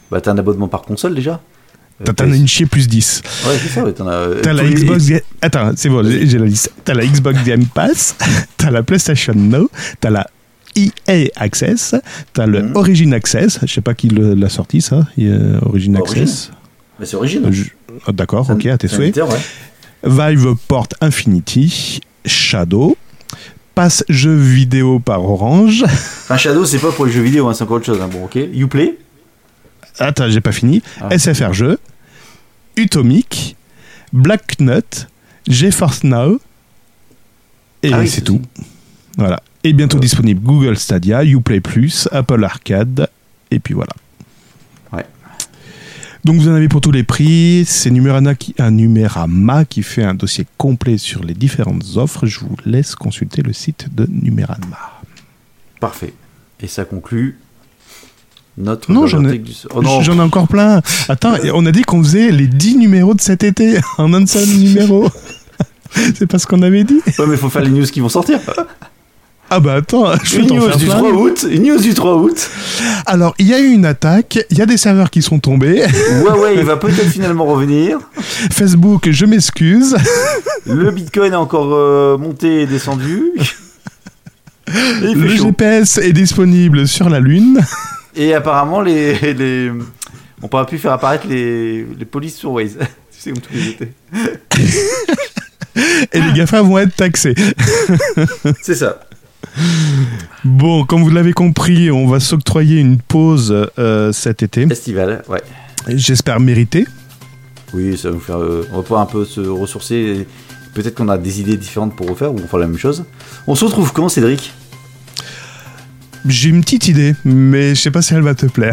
Bah, t'as un abonnement par console déjà. T'as, t'en as une chier plus dix. Ouais, c'est ça, ouais, t'en as. T'as la Xbox. Les... Attends, c'est bon, j'ai, j'ai la liste. T'as la Xbox Game Pass, t'as la PlayStation Now, t'as la E A Access, t'as le mmh. Origin Access. Je sais pas qui le, l'a sorti, ça. Euh, Origin bah, Access. Bah, c'est Origin. Je... Oh, d'accord, c'est ok, un, à tes souhaits. Ouais. Vive Port Infinity, Shadow, Pass jeux vidéo par Orange. Enfin, Shadow, c'est pas pour les jeux vidéo, hein, c'est encore autre chose. Hein. Bon, ok. Uplay. Attends, j'ai pas fini. Ah. S F R Jeux, Utomic, Black Nut, GeForce Now, et ah oui, c'est, c'est tout. Voilà. Et bientôt ouais. disponible Google Stadia, Uplay Plus, Apple Arcade, et puis voilà. Ouais. Donc vous en avez pour tous les prix. C'est Numérama qui, un Numérama qui fait un dossier complet sur les différentes offres. Je vous laisse consulter le site de Numérama. Parfait. Et ça conclut notre non, j'en ai, du... oh non, j'en ai encore plein. Attends, on a dit qu'on faisait les dix numéros de cet été en un seul numéro. C'est pas ce qu'on avait dit. Ouais, mais il faut faire les news qui vont sortir. Ah bah attends, je une vais t'en news faire du plein. trois août, une news du trois août. Alors, il y a eu une attaque, il y a des serveurs qui sont tombés. Ouais, ouais, il va peut-être finalement revenir. Facebook, je m'excuse. Le Bitcoin a encore euh, monté et descendu. Et le chaud. G P S est disponible sur la Lune. Et apparemment, les, les... on pourra plus faire apparaître les, les polices sur Waze. Tu sais, comme tous les étés. Et les GAFA vont être taxés. C'est ça. Bon, comme vous l'avez compris, on va s'octroyer une pause euh, cet été. Estivale, ouais. J'espère méritée. Oui, ça va nous faire. Euh, on va pouvoir un peu se ressourcer. Et peut-être qu'on a des idées différentes pour refaire ou on fera la même chose. On se retrouve quand, Cédric ? J'ai une petite idée, mais je sais pas si elle va te plaire.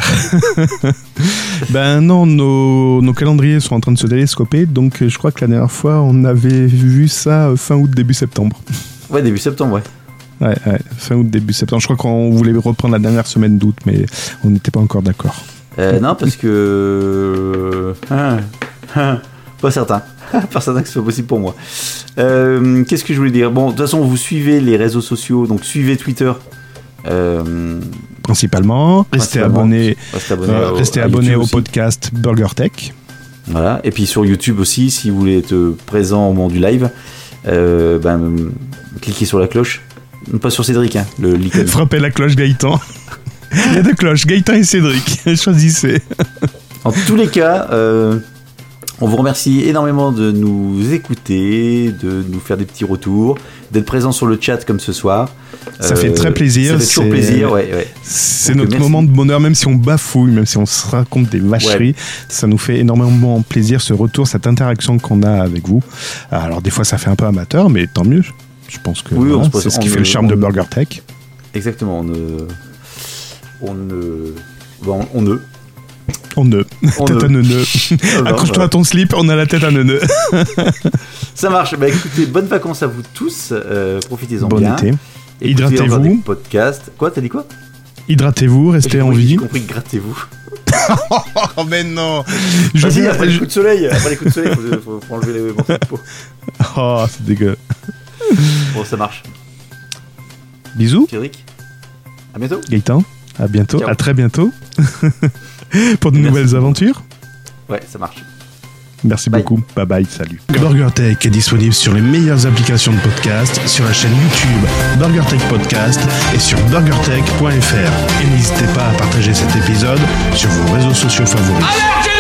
Ben non, nos, nos calendriers sont en train de se télescoper, donc je crois que la dernière fois, on avait vu ça fin août, début septembre. Ouais, début septembre, ouais. Ouais, ouais, fin août, début septembre. Je crois qu'on voulait reprendre la dernière semaine d'août, mais on n'était pas encore d'accord. Euh, non, parce que... Ah, ah, pas certain. Pas certain que ce soit possible pour moi. Euh, qu'est-ce que je voulais dire ? Bon, de toute façon, vous suivez les réseaux sociaux, donc suivez Twitter. Euh, principalement, restez abonné, restez abonné, euh, au, restez abonné au podcast BurgerTech. Voilà, et puis sur YouTube aussi, si vous voulez être présent au moment du live, euh, ben, cliquez sur la cloche. Pas sur Cédric, hein, le l'icône. Frappez la cloche Gaëtan. Il y a deux cloches, Gaëtan et Cédric. Choisissez. En tous les cas, euh, on vous remercie énormément de nous écouter, de nous faire des petits retours, d'être présent sur le chat comme ce soir. Ça euh, fait très plaisir. Ça fait toujours c'est... plaisir, ouais, ouais. C'est Donc, notre merci. moment de bonheur, même si on bafouille, même si on se raconte des vacheries. Ouais. Ça nous fait énormément plaisir, ce retour, cette interaction qu'on a avec vous. Alors des fois, ça fait un peu amateur, mais tant mieux. Je pense que oui, voilà, pose, c'est ce qui ne, fait le charme on, de BurgerTech. Exactement, on ne... On ne... Bon, on ne... On ne. On tête ne. à neuneu. Accroche-toi à ton slip, on a la tête à neuneu. Ça marche. Bah écoutez, bonnes vacances à vous tous. Euh, profitez-en bon bien. Été. Et hydratez-vous. Des podcasts. Quoi, t'as dit quoi ? Hydratez-vous, restez en vie. J'ai compris que grattez-vous. Oh, mais non. Je Vas-y, après je... les coups de soleil, après les coups de soleil, faut, faut, faut enlever les morceaux de peau. Oh, c'est dégueu. Bon, ça marche. Bisous. Cédric. À bientôt. Gaëtan. À bientôt. Ciao. À très bientôt. Pour de Merci nouvelles beaucoup. aventures. Ouais, ça marche. Merci bye. beaucoup. Bye bye. Salut. BurgerTech est disponible sur les meilleures applications de podcast, sur la chaîne YouTube BurgerTech Podcast et sur burgertech point f r. Et n'hésitez pas à partager cet épisode sur vos réseaux sociaux favoris. Alerte!